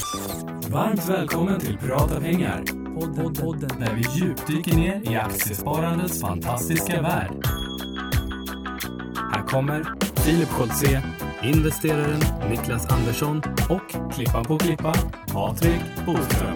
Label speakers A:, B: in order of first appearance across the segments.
A: Varmt välkommen till Prata pengar. Podden där vi djupdyker ner i aktiesparandets fantastiska värld. Här kommer Filip Scholtze, investeraren Niklas Andersson och klippan på klippa Patrik Boström.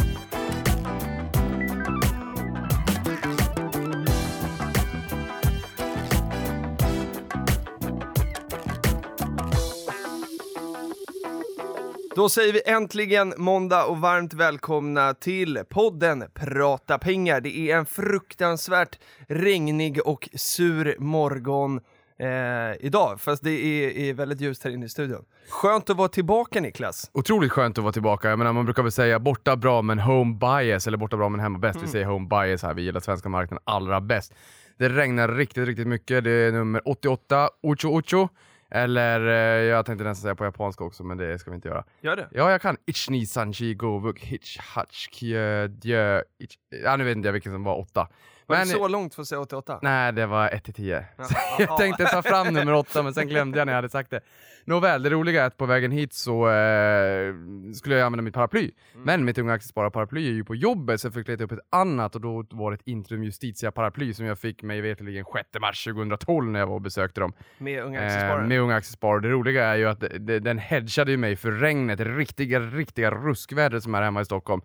B: Då säger vi äntligen måndag och varmt välkomna till podden Prata pengar. Det är en fruktansvärt regnig och sur morgon idag, fast det är väldigt ljust här inne i studion. Skönt att vara tillbaka, Niklas.
C: Otroligt skönt att vara tillbaka. Jag menar, man brukar väl säga borta bra men home bias, eller borta bra men hemma bäst. Vi säger home bias här, vi gillar svenska marknaden allra bäst. Det regnar riktigt mycket. Det är nummer 88, Ocho. Eller, jag tänkte nästan säga på japanska också, men det ska vi inte göra.
B: Gör det?
C: Ja, jag kan. Ichni, Sanji, Govuk, Hitch, Hatch, Kjö, Djö, ja, nu vet inte jag vilken som var 8.
B: Var det så långt för att säga 88?
C: Nej, det var 1-10. Jag tänkte ta fram nummer 8, men sen glömde jag när jag hade sagt det. Nåväl, det roliga är att på vägen hit så skulle jag använda mitt paraply. Men mitt unga aktiespararparaply är ju på jobbet, så jag fick leta upp ett annat. Och då var det ett Intrum Justitia paraply som jag fick mig veteligen 6 mars 2012 när jag var och besökte dem.
B: Med unga aktiesparare?
C: Med unga aktiesparare. Det roliga är ju att den hedgade ju mig för regnet. Riktiga ruskväder som är hemma i Stockholm.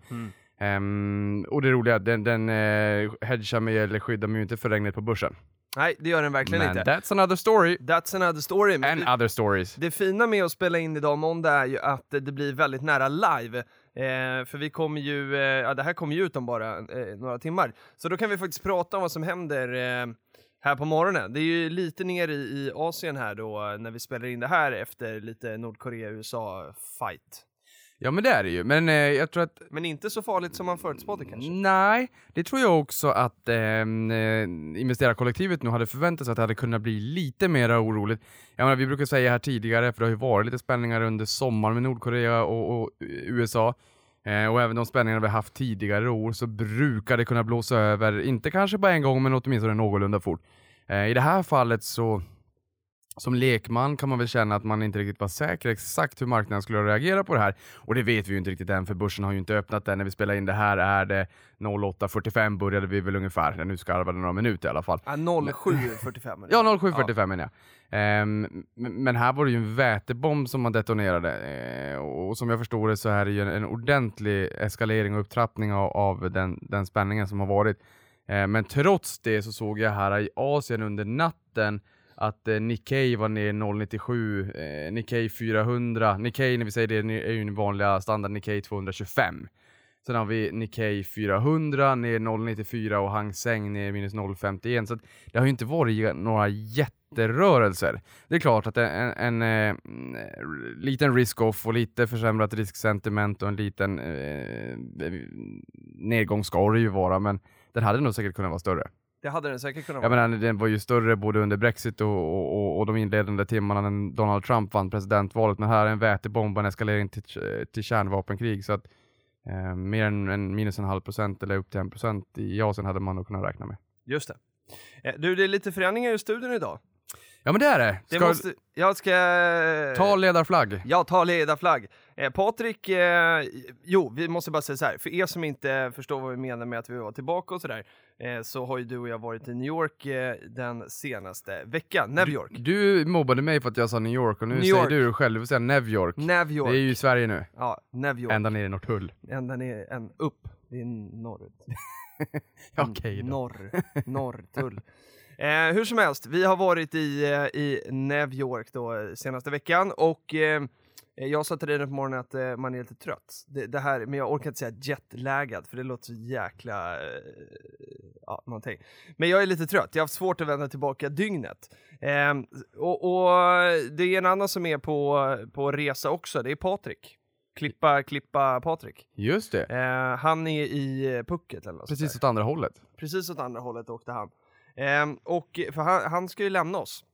C: Och det roliga är att den hedgar mig eller skyddar mig ju inte för regnet på börsen.
B: Nej, det gör den verkligen inte.
C: That's another story.
B: That's another story.
C: And other stories.
B: Det fina med att spela in idag måndag är ju att det blir väldigt nära live. För vi kommer ju, det här kommer ju ut om bara några timmar. Så då kan vi faktiskt prata om vad som händer här på morgonen. Det är ju lite ner i Asien här då när vi spelar in det här efter lite Nordkorea-USA-fight.
C: Ja, men det är det ju. Men jag tror att...
B: Men inte så farligt som man förutspådde kanske.
C: Nej, det tror jag också att investerarkollektivet nu hade förväntat sig att det hade kunnat bli lite mer oroligt. Jag menar, vi brukar säga här tidigare, för det har ju varit lite spänningar under sommaren med Nordkorea och USA. Och även de spänningarna vi haft tidigare år, så brukar det kunna blåsa över, inte kanske bara en gång, men åtminstone någorlunda fort. I det här fallet så... Som lekman kan man väl känna att man inte riktigt var säker exakt hur marknaden skulle reagera på det här. Och det vet vi ju inte riktigt än, för börsen har ju inte öppnat än. När vi spelar in det här är det 08.45 började vi väl ungefär. Nu skarvade några minuter i alla fall.
B: 07.45.
C: Ja, 07.45 menar jag. Men här var det ju en vätebomb som man detonerade. Och som jag förstår det så är det ju en ordentlig eskalering och upptrappning av den spänningen som har varit. Men trots det så såg jag här i Asien under natten att Nikkei var ner 0,97, Nikkei 400, Nikkei när vi säger det är ju den vanliga standard Nikkei 225. Sen har vi Nikkei 400 ner 0,94 och Hang Seng ner minus 0,51. Så att det har ju inte varit några jätterörelser. Det är klart att en liten risk-off och lite försämrat risksentiment och en liten nedgång ska det ju vara, men den hade nog säkert kunnat vara större.
B: Det hade den säkert kunnat vara.
C: Jag menar, den var ju större både under Brexit och de inledande timmarna när Donald Trump vann presidentvalet. Men här är en vätebomb, en eskalering till kärnvapenkrig. Så att mer än minus 0,5% eller upp till 1% i Asien hade man nog kunnat räkna med.
B: Just det. Du, det är lite förändringar i studion idag.
C: Ja, men det är det.
B: Jag ska...
C: Ta ledarflagg.
B: Ja, ta ledarflagg. Patrik, vi måste bara säga så här. För er som inte förstår vad vi menar med att vi var tillbaka och sådär, så har ju du och jag varit i New York den senaste veckan. New York.
C: Du mobbade mig för att jag sa New York och nu säger du själv att säga New York.
B: New York.
C: Det är ju i Sverige nu.
B: Ja, New York.
C: Ända ner i Norrtull.
B: Ända ner, upp. Det är norrut.
C: Okej då.
B: Norrtull. Hur som helst, vi har varit i New York då senaste veckan och jag sa till dig på morgonen att man är lite trött. Det här, men jag orkar inte säga jetlaggad för det låter så jäkla någonting. Men jag är lite trött, jag har haft svårt att vända tillbaka dygnet. Och det är en annan som är på resa också, det är Patrik. Klippa Patrik.
C: Just det.
B: Han är i Phuket eller något.
C: Precis åt andra hållet.
B: Precis åt andra hållet åkte han. Och för han ska ju lämna oss.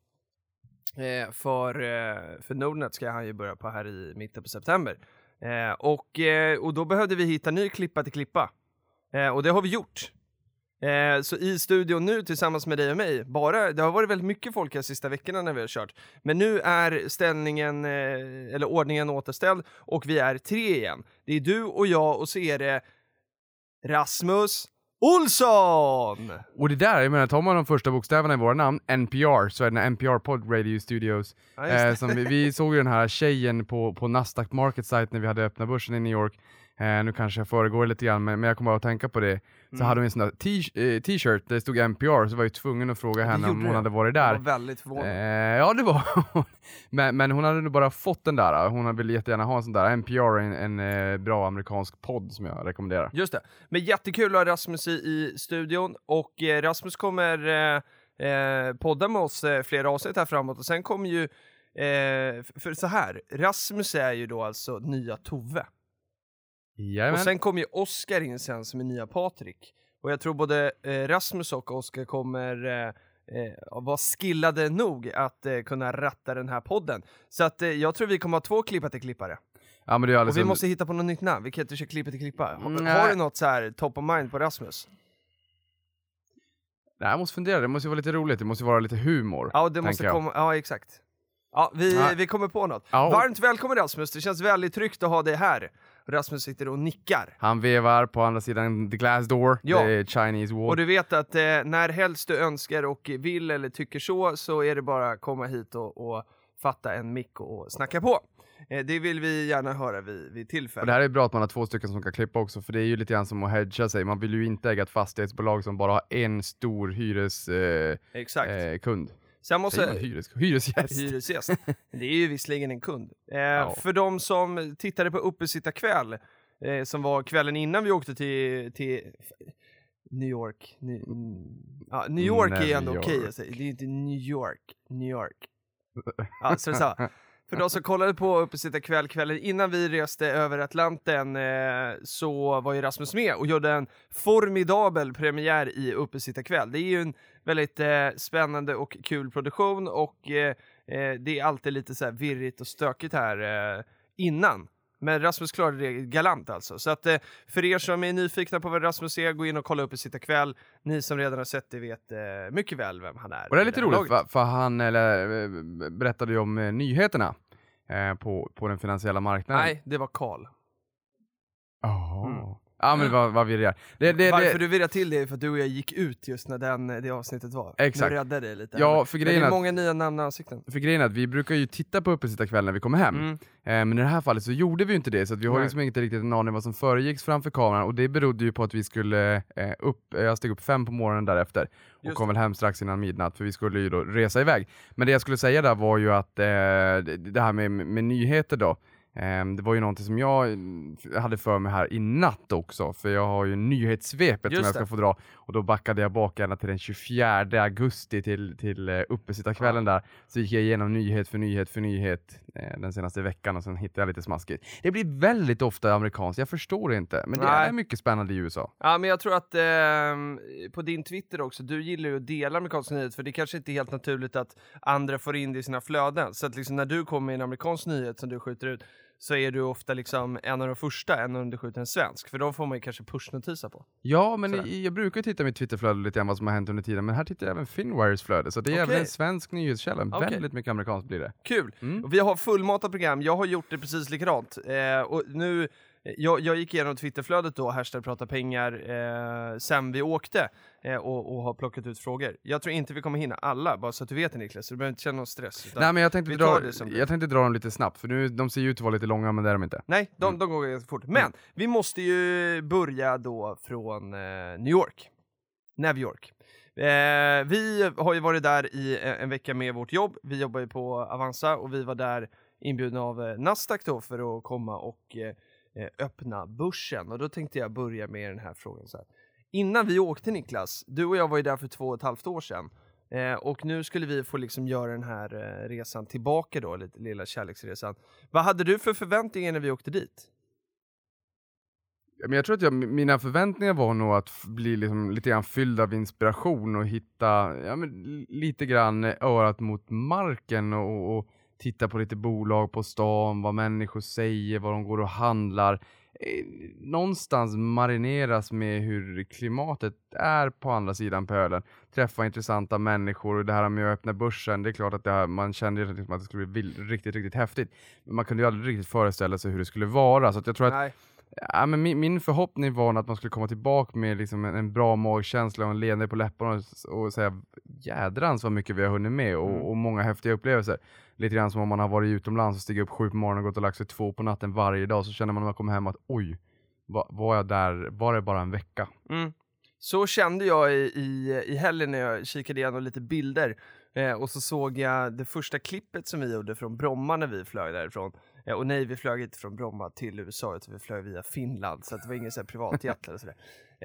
B: För Nordnet ska han ju börja på här i mitten på september. Och då behövde vi hitta ny klippa till klippa. Och det har vi gjort. Så i studion nu tillsammans med dig och mig, det har varit väldigt mycket folk de sista veckorna när vi har kört. Men nu är ställningen, eller ordningen återställd och vi är 3 igen. Det är du och jag och så är det Rasmus Olsson!
C: Och det där, jag menar, tar man de första bokstäverna i våra namn, NPR, så är det NPR Pod Radio Studios. Som vi såg ju den här tjejen på Nasdaq Market Site när vi hade öppnat börsen i New York. Nu kanske jag föregår lite grann, men jag kommer bara att tänka på det. Så hade hon en sån där t-shirt där det stod NPR, så var jag tvungen att fråga henne om hon hade varit där.
B: Det var väldigt förvånande.
C: Ja, det var men hon hade nu bara fått den där. Hon ville jättegärna ha en sån där. NPR är en bra amerikansk podd som jag rekommenderar.
B: Just det. Men jättekul att ha Rasmus i studion. Och Rasmus kommer podda med oss flera avsnitt här framåt. Och sen kommer ju, för så här, Rasmus är ju då alltså nya Tove.
C: Jajamän.
B: Och sen kommer ju Oskar in sen som är nya Patrik. Och jag tror både Rasmus och Oskar kommer vara skillade nog att kunna ratta den här podden. Så att jag tror vi kommer ha 2 klippa till klippare.
C: Ja, men det är
B: och vi måste hitta på något nytt namn. Vi kan inte köra klippa till klippa. Har du något så här top of mind på Rasmus?
C: Nej, jag måste fundera. Det måste ju vara lite roligt. Det måste vara lite humor.
B: Ja, det måste komma. Ja, exakt. Ja, vi kommer på något.
C: Ja.
B: Varmt välkommen Rasmus. Det känns väldigt tryggt att ha dig här. Rasmus sitter och nickar.
C: Han vevar på andra sidan the glass door, the Chinese wall.
B: Och du vet att när helst du önskar och vill eller tycker så är det bara att komma hit och fatta en mick och snacka på. Det vill vi gärna höra vid tillfälle.
C: Och det här är bra att man har 2 stycken som kan klippa också, för det är ju lite grann som att hedga sig. Man vill ju inte äga ett fastighetsbolag som bara har en stor kund.
B: Sen måste...
C: Hyresgäst.
B: Det är ju visserligen en kund. För de som tittade på Uppesittarkväll, som var kvällen innan vi åkte till New York. New York är ändå okej. Det är inte New York. Ja, så det sa. För de som kollade på Uppesittarkväll kvällen innan vi reste över Atlanten, så var ju Rasmus med och gjorde en formidabel premiär i Uppesittarkväll. Det är ju en väldigt spännande och kul produktion och det är alltid lite så här virrigt och stökigt här innan. Men Rasmus klarade det galant alltså. Så att för er som är nyfikna på vad Rasmus är, gå in och kolla Uppesittarkväll. Ni som redan har sett det vet mycket väl vem han är.
C: Och det är lite roligt för han berättade ju om nyheterna på den finansiella marknaden.
B: Nej, det var Carl.
C: Ja, men vad virrar.
B: Varför du virrar till det är för att du och jag gick ut just när det avsnittet var.
C: Exakt.
B: Nu räddade det lite.
C: Ja, för grejen
B: det är många nya namn och ansikten.
C: För grejen är att vi brukar ju titta på Uppesittarkväll när vi kommer hem. Men i det här fallet så gjorde vi ju inte det, så att vi har liksom inte riktigt en aning vad som föregicks framför kameran. Och det berodde ju på att vi skulle jag steg upp 5 på morgonen därefter. Och kom väl hem strax innan midnatt, för vi skulle ju då resa iväg. Men det jag skulle säga där var ju att det här med nyheter då. Det var ju någonting som jag hade för mig här i natt också, för jag har ju nyhetssvepet som jag ska få dra, och då backade jag bak ända till den 24 augusti till Uppesittarkvällen där, så gick jag igenom nyhet för nyhet den senaste veckan och sen hittade jag lite smaskigt. Det blir väldigt ofta amerikanskt, jag förstår inte, men det är mycket spännande i USA.
B: Ja, men jag tror att på din Twitter också, du gillar ju att dela amerikansk nyhet, för det kanske inte är helt naturligt att andra får in det i sina flöden, så att liksom när du kommer med en amerikansk nyhet som du skjuter ut, så är du ofta liksom en av de första, än om du skjuter en svensk. För då får man ju kanske pushnotiser på.
C: Ja, men jag brukar titta mitt Twitterflöde lite grann vad som har hänt under tiden. Men här tittar jag även Finwires flöde. Så det är även en svensk nyhetskälla. Väldigt mycket amerikanskt blir det.
B: Kul! Och vi har fullmatat program. Jag har gjort det precis likadant. Och nu... Jag gick igenom Twitterflödet då, #pratapengar, sen vi åkte och har plockat ut frågor. Jag tror inte vi kommer hinna alla, bara så att du vet det, Niklas, så du behöver inte känna någon stress.
C: Nej, men jag tänkte dra dem lite snabbt, för nu, de ser ju ut att vara lite långa, men det är de inte.
B: Nej, de går ganska fort. Men vi måste ju börja då från New York. Vi har ju varit där i en vecka med vårt jobb. Vi jobbar ju på Avanza och vi var där inbjudna av Nasdaq då för att komma och öppna börsen. Och då tänkte jag börja med den här frågan så här. Innan vi åkte, Niklas, du och jag var ju där för 2,5 år sedan. Och nu skulle vi få liksom göra den här resan tillbaka då, lilla kärleksresan. Vad hade du för förväntningar när vi åkte dit?
C: Men jag tror att mina förväntningar var nog att bli liksom lite grann fylld av inspiration och hitta lite grann örat mot marken och titta på lite bolag på stan, vad människor säger, vad de går och handlar. Någonstans marineras med hur klimatet är på andra sidan pölen. Träffa intressanta människor. Det här med att öppna börsen, det är klart att man kände liksom att det skulle bli riktigt, riktigt häftigt. Men man kunde ju aldrig riktigt föreställa sig hur det skulle vara. Så att jag tror att men min förhoppning var att man skulle komma tillbaka med liksom en bra magkänsla och en leende på läpparna och säga jädrans vad mycket vi har hunnit med och många häftiga upplevelser. Lite grann som om man har varit utomlands och stigit upp 7 på morgonen och gått och lagt sig 2 på natten varje dag, så känner man när man kommer hem att oj, var jag där, var det bara en vecka?
B: Så kände jag i helgen när jag kikade igenom lite bilder och så såg jag det första klippet som vi gjorde från Bromma när vi flög därifrån. Och nej, vi flög inte från Bromma till USA, utan vi flög via Finland, så att det var ingen så här privatjet eller sådär.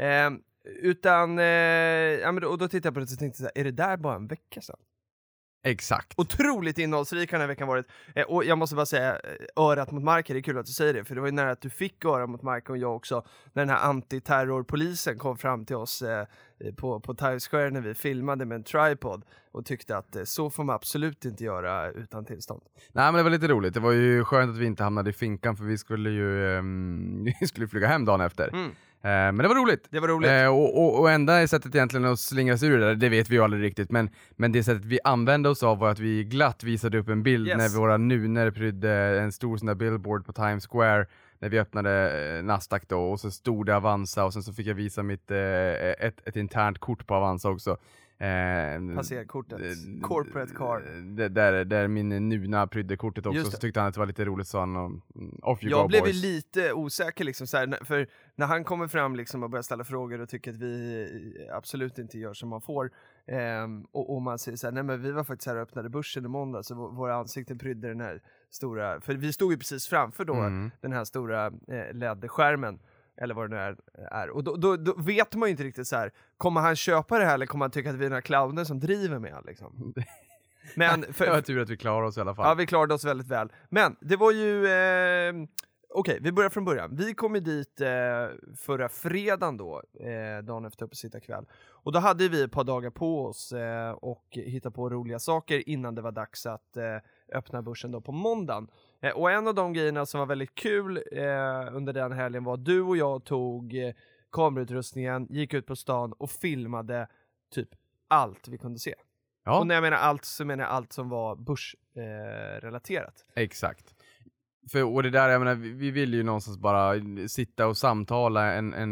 B: Och då tittade jag på det och tänkte så här, är det där bara en vecka sedan?
C: Exakt.
B: Otroligt innehållsrik har den här veckan varit. Och jag måste bara säga, örat mot marken, det är kul att du säger det, för det var ju nära att du fick örat mot marken och jag också, när den här antiterrorpolisen kom fram till oss på Times Square när vi filmade med en tripod och tyckte att så får man absolut inte göra utan tillstånd. Nej,
C: men det var lite roligt. Det var ju skönt att vi inte hamnade i finkan, för vi skulle ju vi skulle flyga hem dagen efter. Men det var roligt.
B: Det var roligt.
C: Och enda sättet egentligen att slingra sig ur det vet vi ju aldrig riktigt. Men det sättet vi använde oss av var att vi glatt visade upp en bild när våra nuner prydde en stor sån där billboard på Times Square när vi öppnade Nasdaq då. Och så stod det Avanza och sen så fick jag visa mitt ett internt kort på Avanza också.
B: Passerkortet, corporate car.
C: Där min nuna prydde kortet också, så tyckte han att det var lite roligt, så han off you
B: jag
C: go,
B: blev
C: boys.
B: lite osäker liksom, så här, för när han kommer fram liksom och börjar ställa frågor och tycker att vi absolut inte gör som man får, och man säger så här, nej men vi var faktiskt här och öppnade börsen i måndag, så våra ansikten prydde den här stora, för vi stod ju precis framför då den här stora LED-skärmen eller vad det nu är. Och då vet man ju inte riktigt så här, kommer han köpa det här eller kommer han tycka att vi är den här clownen som driver med han liksom? Men
C: det var tur att vi klarade oss i alla fall.
B: Ja, vi klarade oss väldigt väl. Men det var ju okej, vi börjar från början. Vi kom ju dit förra fredagen då, dagen efter uppesittarkväll. Och då hade vi ett par dagar på oss och hitta på roliga saker innan det var dags att öppna börsen då på måndagen. Och en av de grejerna som var väldigt kul under den helgen var att du och jag tog kamerautrustningen, gick ut på stan och filmade typ allt vi kunde se. Ja. Och när jag menar allt så menar jag allt som var börsrelaterat.
C: Exakt. Och det där, jag menar, vi vill ju någonstans bara sitta och samtala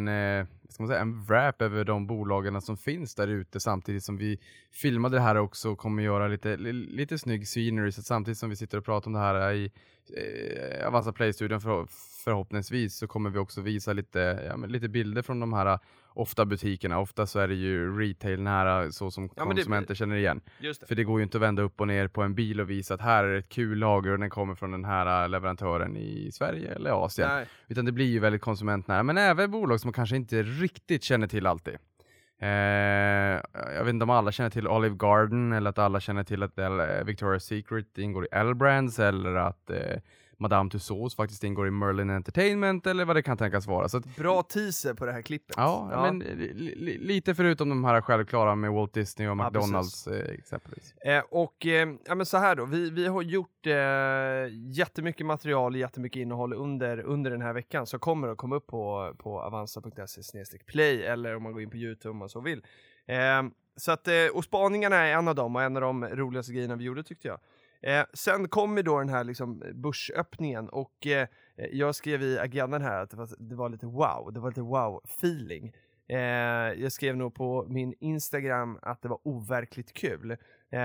C: en wrap över de bolagen som finns där ute, samtidigt som vi filmade det här också och kommer göra lite snygg scenery, så samtidigt som vi sitter och pratar om det här i Avanza Play-studion förhoppningsvis, så kommer vi också visa lite bilder från de här ofta butikerna. Ofta så är det ju retail nära, så som konsumenter känner igen. För det går ju inte att vända upp och ner på en bil och visa att här är ett kul lager och den kommer från den här leverantören i Sverige eller Asien. Nej. Utan det blir ju väldigt konsumentnära. Men även bolag som man kanske inte riktigt känner till alltid. Jag vet inte om alla känner till Olive Garden, eller att alla känner till att Victoria's Secret ingår i L-Brands, eller att Madame Tussauds faktiskt ingår i Merlin Entertainment, eller vad det kan tänkas vara. Så att,
B: bra teaser på det här klippet.
C: Ja. Men lite förutom de här självklara med Walt Disney och McDonalds exempelvis.
B: Men så här då, vi har gjort jättemycket material och jättemycket innehåll under den här veckan, så kommer att komma upp på avanza.se/play, eller om man går in på YouTube om man så vill. Så att, och spaningarna är en av dem, och en av de roligaste grejerna vi gjorde, tyckte jag. Sen kom ju då den här liksom börsöppningen, och jag skrev i agendan här att det var lite wow-feeling. Jag skrev nog på min Instagram att det var overkligt kul.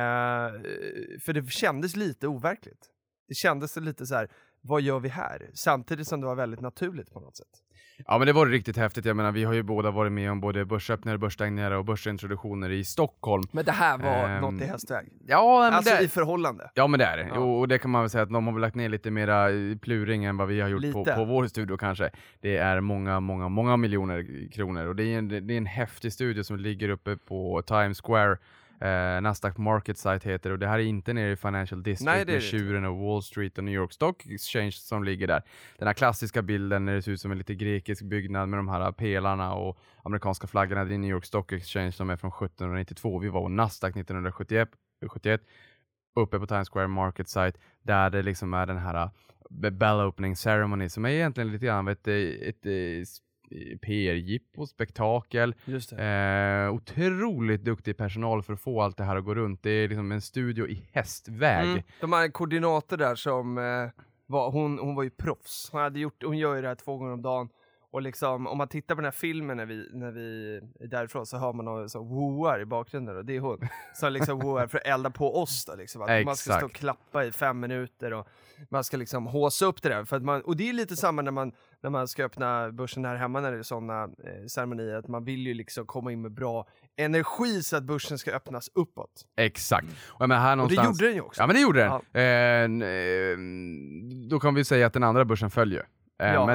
B: För det kändes lite overkligt. Det kändes lite så här, vad gör vi här? Samtidigt som det var väldigt naturligt på något sätt.
C: Ja, men det var riktigt häftigt. Jag menar, vi har ju båda varit med om både börsöppningar, börsstängningar och börsintroduktioner i Stockholm.
B: Men det här var något i hästväg.
C: Ja, men
B: alltså i förhållande.
C: Ja, men det är det. Ja. Och det kan man väl säga att de har väl lagt ner lite mera pluring än vad vi har gjort på vår studio kanske. Det är många miljoner kronor. Och det är en häftig studio som ligger uppe på Times Square. Nasdaq Market Site heter, och det här är inte nere i Financial District med tjuren och Wall Street och New York Stock Exchange som ligger där. Den här klassiska bilden när det ser ut som en lite grekisk byggnad med de här pelarna och amerikanska flaggorna, det är New York Stock Exchange som är från 1792. Vi var på Nasdaq 1971. uppe på Times Square Market Site, där det liksom är den här bell opening ceremony som är egentligen lite grann ett PR-jippo, spektakel.
B: Just det.
C: Otroligt duktig personal för att få allt det här att gå runt. Det är liksom en studio i hästväg.
B: De här koordinater där som hon var ju proffs. Hon gör ju det här 2 gånger om dagen. Och liksom, om man tittar på den här filmen när vi är därifrån, så hör man någon som wooar i bakgrunden, och det är hon som liksom wooar för att elda på oss då, liksom. Att man ska stå och klappa i 5 minuter och man ska liksom håsa upp det där. För att och det är lite samma när man ska öppna börsen här hemma, när det är sådana ceremonier, att man vill ju liksom komma in med bra energi så att börsen ska öppnas uppåt.
C: Exakt. Och, här någonstans,
B: och det gjorde den ju också.
C: Ja, men det gjorde den. Ja. Då kan vi säga att den andra börsen följer.
B: Ja.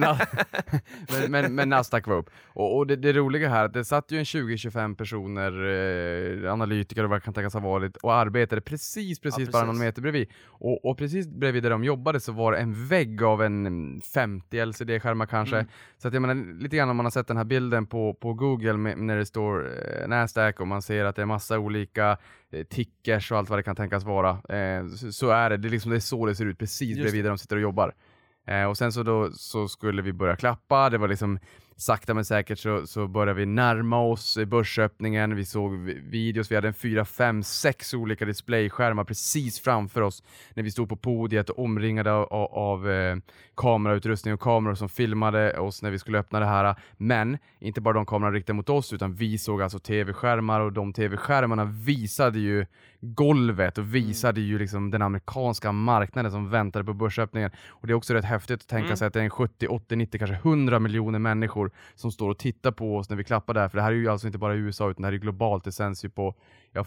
C: Men Nasdaq var upp. Och det roliga här, det satt ju en 20-25 personer, analytiker och vad det kan tänkas ha varit, och arbetade precis bara någon meter bredvid. Och precis bredvid där de jobbade så var det en vägg av en 50 LCD-skärmar kanske. Så att jag menar, lite grann om man har sett den här bilden på Google när det står Nasdaq och man ser att det är massa olika tickers och allt vad det kan tänkas vara, så är det liksom, det är så det ser ut precis bredvid där de sitter och jobbar. Och sen så skulle vi börja klappa. Det var liksom sakta men säkert så började vi närma oss börsöppningen. Vi såg videos. Vi hade 4, 5, 6 olika displayskärmar precis framför oss när vi stod på podiet och omringade av kamerautrustning och kameror som filmade oss när vi skulle öppna det här. Men inte bara de kamerorna riktade mot oss, utan vi såg alltså tv-skärmar, och de tv-skärmarna visade ju golvet och visade ju liksom den amerikanska marknaden som väntade på börsöppningen. Och det är också rätt häftigt att tänka sig att det är en 70, 80, 90, kanske 100 miljoner människor som står och tittar på oss när vi klappar där. För det här är ju alltså inte bara i USA, utan det här är globalt. Det sänds ju på,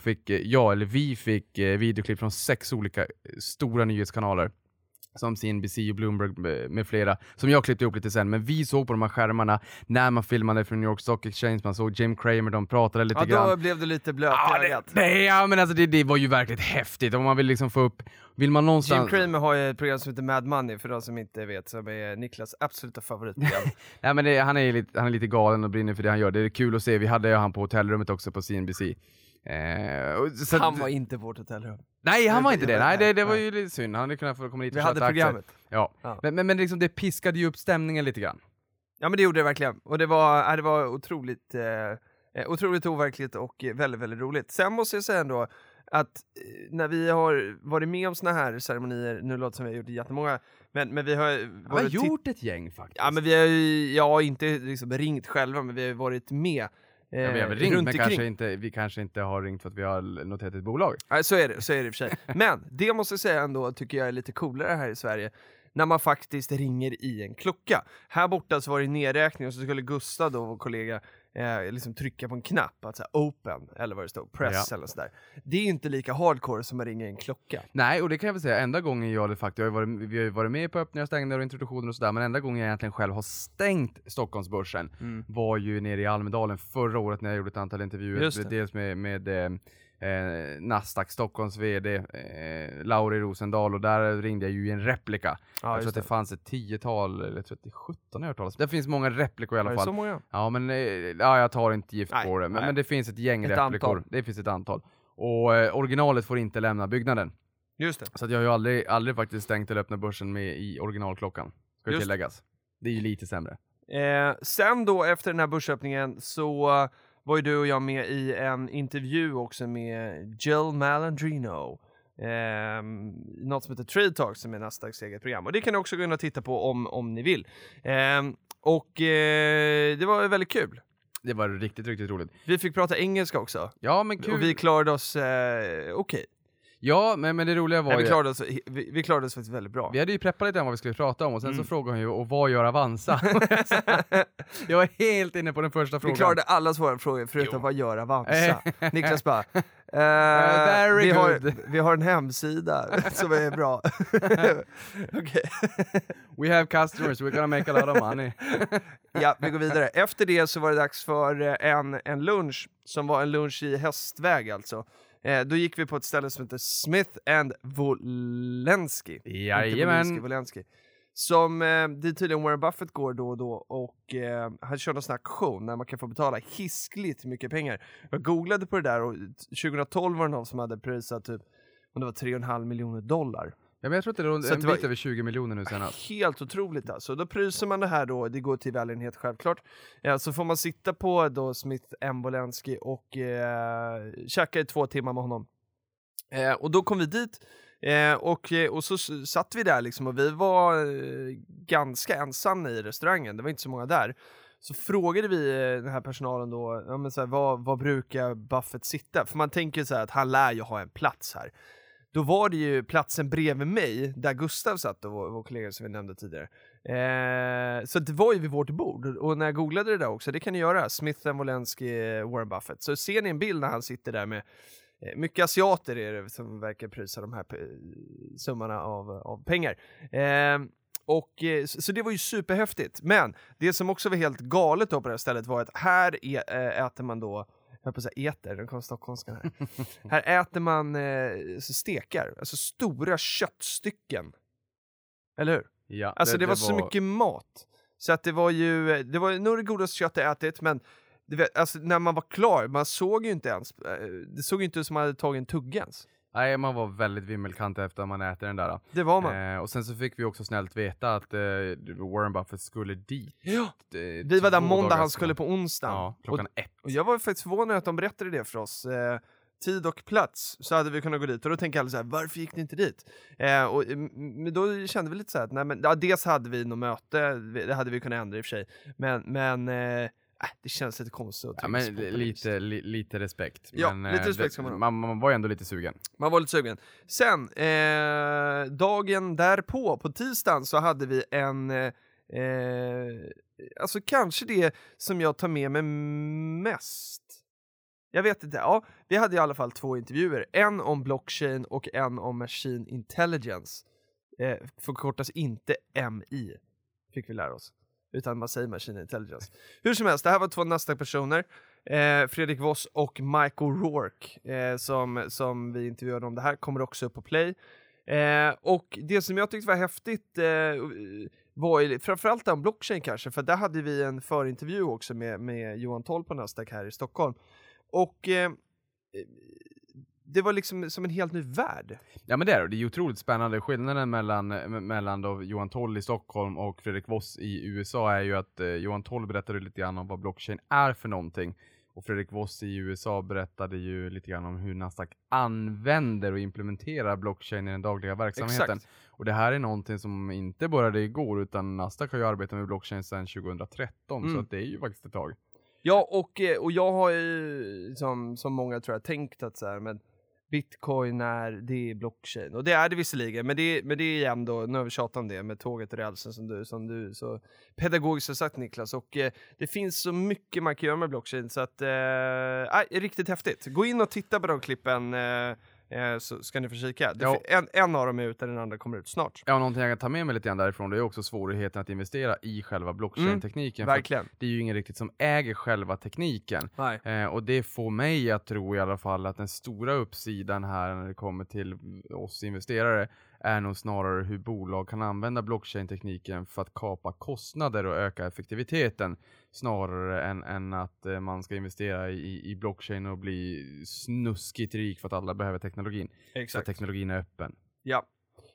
C: vi fick videoklipp från 6 olika stora nyhetskanaler. Som CNBC och Bloomberg med flera, som jag klippte ihop lite sen. Men vi såg på de här skärmarna när man filmade från New York Stock Exchange. Man såg Jim Cramer, de pratade lite grann.
B: Ja, då blev det lite blöt i ögat.
C: Men alltså det var ju verkligt häftigt. Om man vill liksom få upp, vill man någonstans...
B: Jim Cramer har ju ett program som heter Mad Money, för de som inte vet, som är Niklas absoluta favoritprogram.
C: Nej, men han är lite galen och brinner för det han gör. Det är kul att se. Vi hade ju han på hotellrummet också på CNBC.
B: Så han var inte på vårt hotellrum.
C: Nej, han var inte det. Nej, det var ju lite synd. Han hade kunnat få komma hit och
B: vi hade programmet.
C: Ja. Men liksom det piskade ju upp stämningen lite grann.
B: Ja, men det gjorde det verkligen. Och det var otroligt overkligt och väldigt, väldigt roligt. Sen måste jag säga ändå att när vi har varit med om såna här ceremonier, nu låter som vi har gjort jättemånga, men vi har
C: gjort ett gäng faktiskt.
B: Ja, men vi har ju inte liksom ringt själva, men vi har varit med.
C: Vi har väl ringt, men vi kanske inte har ringt för att vi har noterat ett bolag.
B: Nej, så är det i och för sig. Men det måste jag säga ändå, tycker jag är lite coolare här i Sverige, när man faktiskt ringer i en klocka. Här borta så var det nedräkning, och så skulle Gustav då, vår kollega, liksom trycka på en knapp, att så här, open, eller vad det står, press eller sådär. Det är ju inte lika hardcore som att ringa i en klocka.
C: Nej, och det kan jag väl säga, enda gången vi har ju varit med på öppningar, stängningar och introduktioner och sådär, men enda gången jag egentligen själv har stängt Stockholmsbörsen var ju nere i Almedalen förra året när jag gjorde ett antal intervjuer, dels med Nasdaq Stockholms vd Lauri Rosendal, och där ringde jag ju i en replika. Jag tror att det fanns ett 10-tal, eller 17 har jag hört talas. Det finns många replikor i alla fall.
B: Är det så många?
C: Ja, men jag tar inte gift på det. Men det finns ett gäng replikor.
B: Antal.
C: Det finns ett antal. Och originalet får inte lämna byggnaden.
B: Just det.
C: Så att jag har ju aldrig faktiskt stängt eller öppnat börsen med i originalklockan. Ska det tilläggas. Det är ju lite sämre.
B: Sen då, efter den här börsöppningen, så var ju du och jag med i en intervju också med Jill Malandrino. Något som heter Trade Talk, som är Nasdaqs eget program. Och det kan ni också gå in och titta på om ni vill. Det var väldigt kul.
C: Det var riktigt, riktigt roligt.
B: Vi fick prata engelska också.
C: Ja, men kul.
B: Och vi klarade oss okej.
C: Ja, men det roliga var
B: vi klarade oss faktiskt väldigt bra.
C: Vi hade ju preppat lite om vad vi skulle prata om, och sen så frågade hon ju, och vad gör Avanza? Jag var helt inne på den första frågan.
B: Vi klarade alla svåra frågor förutom vad gör Avanza. Niklas bara, vi har en hemsida som är bra. Okay.
C: We have customers, we're gonna make a lot of money.
B: Ja, vi går vidare. Efter det så var det dags för en lunch, som var en lunch i Hästväg alltså. Då gick vi på ett ställe som heter Smith & Wollensky.
C: Jajamän.
B: Wollensky. Som det är tydligen Warren Buffett går då och då, och han kör någon sån här aktion när man kan få betala hiskligt mycket pengar. Jag googlade på det där, och 2012 var det någon som hade prisat typ om det var $3,5 miljoner.
C: Ja, men jag tror att det är
B: Så
C: en
B: det var
C: bit över 20 miljoner nu senast.
B: Helt otroligt alltså. Då prysar man det här då, det går till välgörenhet självklart. Så får man sitta på då Smith M. Wollensky och käka i 2 timmar med honom. Och då kom vi dit och så satt vi där liksom, och vi var ganska ensamma i restaurangen. Det var inte så många där. Så frågade vi den här personalen då, ja, men så här, vad brukar Buffett sitta? För man tänker så här att han lär ju ha en plats här. Då var det ju platsen bredvid mig, där Gustav satt och vår kollega som vi nämnde tidigare. Så det var ju vid vårt bord. Och när jag googlade det där också, det kan ni göra, Smith & Wollensky, Warren Buffett. Så ser ni en bild när han sitter där med, mycket asiater är det som verkar prisa de här summorna av pengar. Så det var ju superhäftigt. Men det som också var helt galet då på det här stället var att här äter man då, jag på att säga äter, den kom stockholmskan här. Här äter man stekar, alltså stora köttstycken. Eller hur?
C: Ja,
B: alltså det var så mycket mat. Så att det var nog det godaste kött jag ätit, men alltså, när man var klar, man såg ju inte ens, det såg ju inte ut som man hade tagit en tugga ens.
C: Nej, man var väldigt vimmelkant efter att man äter den där.
B: Det var man.
C: Och sen så fick vi också snällt veta att Warren Buffett skulle dit.
B: Ja, vi var där måndag, han skulle
C: på
B: på onsdagen.
C: Ja, klockan 1.
B: Och jag var faktiskt förvånad att de berättade det för oss. Tid och plats, så hade vi kunnat gå dit. Och då tänker alla så här, varför gick ni inte dit? Men då kände vi lite så här att, nej, men, ja, dels hade vi något möte, det hade vi kunnat ändra i och för sig. Men det känns lite konstigt.
C: Ja, men lite respekt.
B: Ja,
C: men,
B: lite respekt ska man ha.
C: Man var ju ändå lite sugen.
B: Man var lite sugen. Sen, dagen därpå, på tisdagen, så hade vi en... alltså kanske det som jag tar med mig mest. Jag vet inte. Ja, vi hade i alla fall 2 intervjuer. En om blockchain och en om machine intelligence. Förkortas inte MI, fick vi lära oss. Utan man säger machine intelligence. Hur som helst, det här var 2 Nasdaq-personer. Fredrik Voss och Michael Rourke som vi intervjuade om det här kommer också upp på Play. Och det som jag tyckte var häftigt var ju framförallt om blockchain kanske, för där hade vi en förintervju också med Johan Toll på Nasdaq här i Stockholm. Och det var liksom som en helt ny värld.
C: Ja, men det är ju otroligt spännande. Skillnaden mellan då Johan Toll i Stockholm och Fredrik Voss i USA är ju att Johan Toll berättade lite grann om vad blockchain är för någonting. Och Fredrik Voss i USA berättade ju lite grann om hur Nasdaq använder och implementerar blockchain i den dagliga verksamheten.
B: Exakt.
C: Och det här är någonting som inte började igår, utan Nasdaq har ju arbetat med blockchain sedan 2013. Så att det är ju faktiskt ett tag.
B: Ja, och jag har ju som många tror jag tänkt att så här, men Bitcoin det är blockchain. Och det är det visserligen, men det är igen då, nu har vi tjatat om det med tåget och rälsen som du så pedagogiskt har sagt, Niklas. Och det finns så mycket man kan göra med blockchain, så att riktigt häftigt. Gå in och titta på de klippen så ska ni få kika. En av dem är ute, den andra kommer ut snart.
C: Ja, någonting jag kan ta med mig lite grann därifrån, det är också svårigheten att investera i själva blockchain-tekniken.
B: Verkligen.
C: Det är ju ingen riktigt som äger själva tekniken. Och det får mig att tro i alla fall att den stora uppsidan här när det kommer till oss investerare är nog snarare hur bolag kan använda blockchain-tekniken för att kapa kostnader och öka effektiviteten, snarare än att man ska investera i blockchain och bli snuskigt rik för att alla behöver teknologin.
B: Exakt.
C: Så att teknologin är öppen.
B: Ja.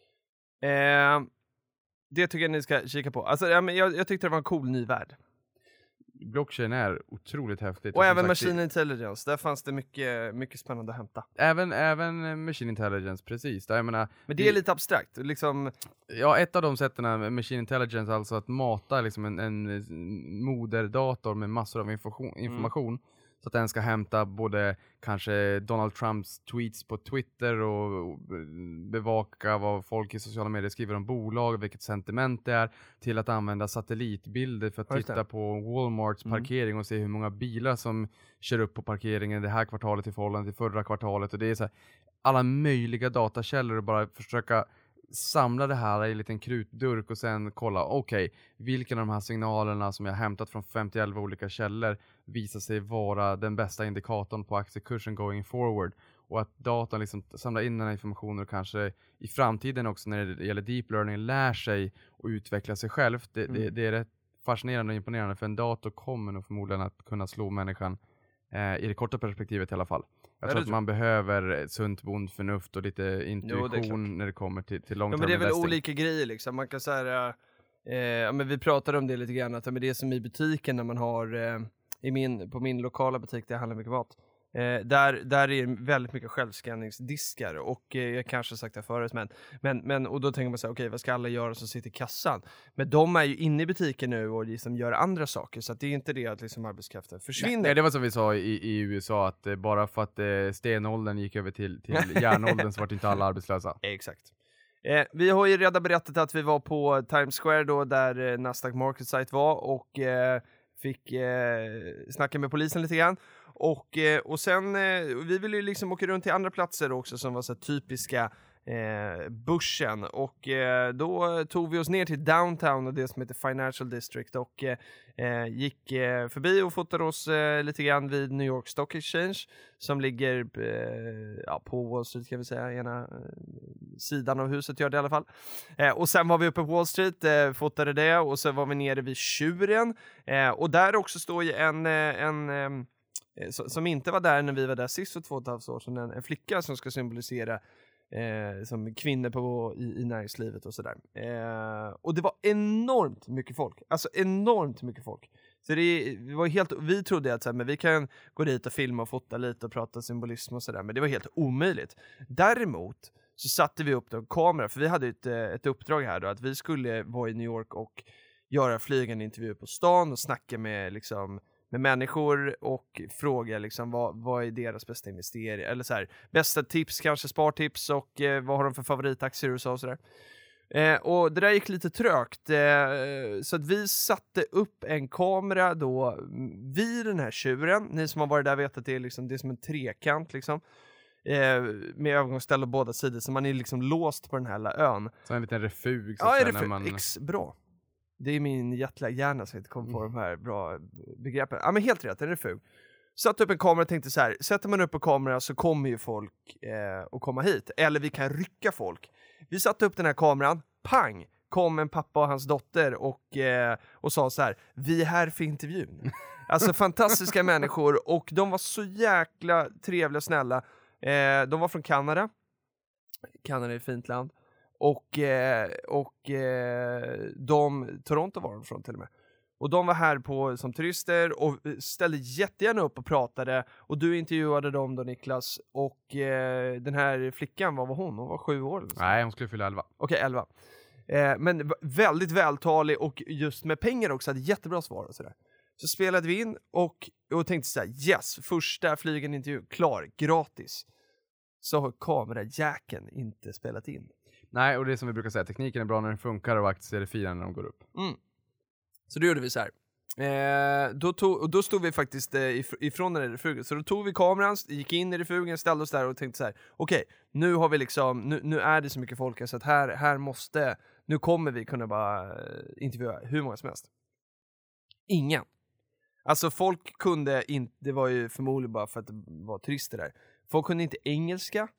B: Det tycker jag ni ska kika på. Alltså, jag tyckte det var en cool ny värld.
C: Blockchain är otroligt häftigt.
B: Och även machine intelligence, där fanns det mycket spännande att hämta.
C: Även machine intelligence, precis. Jag menar,
B: men det är lite abstrakt. Liksom...
C: Ja, ett av de sätten med machine intelligence, alltså att mata liksom en moderdator med massor av information så att den ska hämta både kanske Donald Trumps tweets på Twitter och bevaka vad folk i sociala medier skriver om bolag, vilket sentiment det är, till att använda satellitbilder för att titta på Walmarts parkering och se hur många bilar som kör upp på parkeringen det här kvartalet i förhållande till förra kvartalet. Och det är så här, alla möjliga datakällor och bara försöka samla det här i en liten krutdurk och sen kolla, okej, vilka av de här signalerna som jag hämtat från 51 olika källor visar sig vara den bästa indikatorn på aktiekursen going forward. Och att datan liksom samlar in den här informationen och kanske i framtiden också när det gäller deep learning lär sig och utveckla sig själv. Det är rätt fascinerande och imponerande, för en dator kommer nog förmodligen att kunna slå människan i det korta perspektivet i alla fall. Jag tror att man behöver sunt bondförnuft och lite intuition när det kommer till long term
B: men det är väl
C: investing.
B: olika grejer liksom. Man kan säga men vi pratade om det lite grann, att men det är som i butiken när man har på min lokala butik där jag handlar mycket mat. Där är det väldigt mycket självskanningsdiskar och jag kanske sagt det förut, men och då tänker man så här, okej, vad ska alla göra som sitter i kassan? Men de är ju inne i butiken nu och liksom gör andra saker, så att det är inte det att liksom arbetskraften försvinner.
C: Nej, det var som vi sa i USA, att bara för att stenåldern gick över till järnåldern så var det inte alla arbetslösa.
B: Exakt. Vi har ju redan berättat att vi var på Times Square då, där Nasdaq Market Site var, och fick snacka med polisen lite grann. Och sen, vi ville ju liksom åka runt till andra platser också som var så typiska börsen, och då tog vi oss ner till downtown och det som heter Financial District, och gick förbi och fotade oss lite grann vid New York Stock Exchange som ligger på Wall Street, kan vi säga, ena sidan av huset gör det i alla fall. Och sen var vi uppe på Wall Street, fotade det, och så var vi nere vid Tjuren, och där också står ju en som inte var där när vi var där sist för 2,5 år sedan, en flicka som ska symbolisera som kvinnor i näringslivet och sådär. Och det var enormt mycket folk. Alltså enormt mycket folk. Så det var vi trodde att så här, men vi kan gå dit och filma och fota lite och prata symbolism och sådär, men det var helt omöjligt. Däremot så satte vi upp en kamera, för vi hade ett uppdrag här då, att vi skulle vara i New York och göra flygande intervjuer på stan och snacka med människor och fråga liksom vad är deras bästa investering, eller så här, bästa tips, kanske spartips, och vad har de för favoritaktier och sådär. Och det där gick lite trögt, så att vi satte upp en kamera då vid den här tjuren. Ni som har varit där vet att det är som en trekant liksom, med övergångsställe på båda sidor, så man är liksom låst på den här ön.
C: Så en liten refug.
B: Bra. Det är min hjärna som inte kommer på de här bra begreppen. Ja, men helt rätt, en refug. Satt upp en kamera och tänkte så här, sätter man upp en kamera så kommer ju folk att komma hit. Eller vi kan rycka folk. Vi satte upp den här kameran, pang! Kom en pappa och hans dotter och sa så här, vi är här för intervjun. Alltså fantastiska människor, och de var så jäkla trevliga och snälla. De var från Kanada. Kanada är ett fint land. Och Toronto var de från till och med. Och de var här som turister och ställde jättegärna upp och pratade. Och du intervjuade dem då, Niklas. Och den här flickan, vad var hon? Hon var 7 år. Liksom.
C: Nej, hon skulle fylla 11.
B: Okej, 11. Men väldigt vältalig, och just med pengar också hade jättebra svar och sådär. Så spelade vi in och tänkte så här, yes, första flygande intervju, klar, gratis. Så har kamerajäkeln inte spelat in.
C: Nej, och det är som vi brukar säga, tekniken är bra när den funkar och aktier är fina när de går upp.
B: Så då gjorde vi så här. Då stod vi faktiskt ifrån den där refugen. Så då tog vi kameran, gick in i refugen, ställde oss där och tänkte så här: okej, nu har vi liksom, nu är det så mycket folk så att nu kommer vi kunna bara intervjua hur många som helst. Ingen. Alltså folk kunde inte, det var ju förmodligen bara för att det var turister där. Folk kunde inte engelska.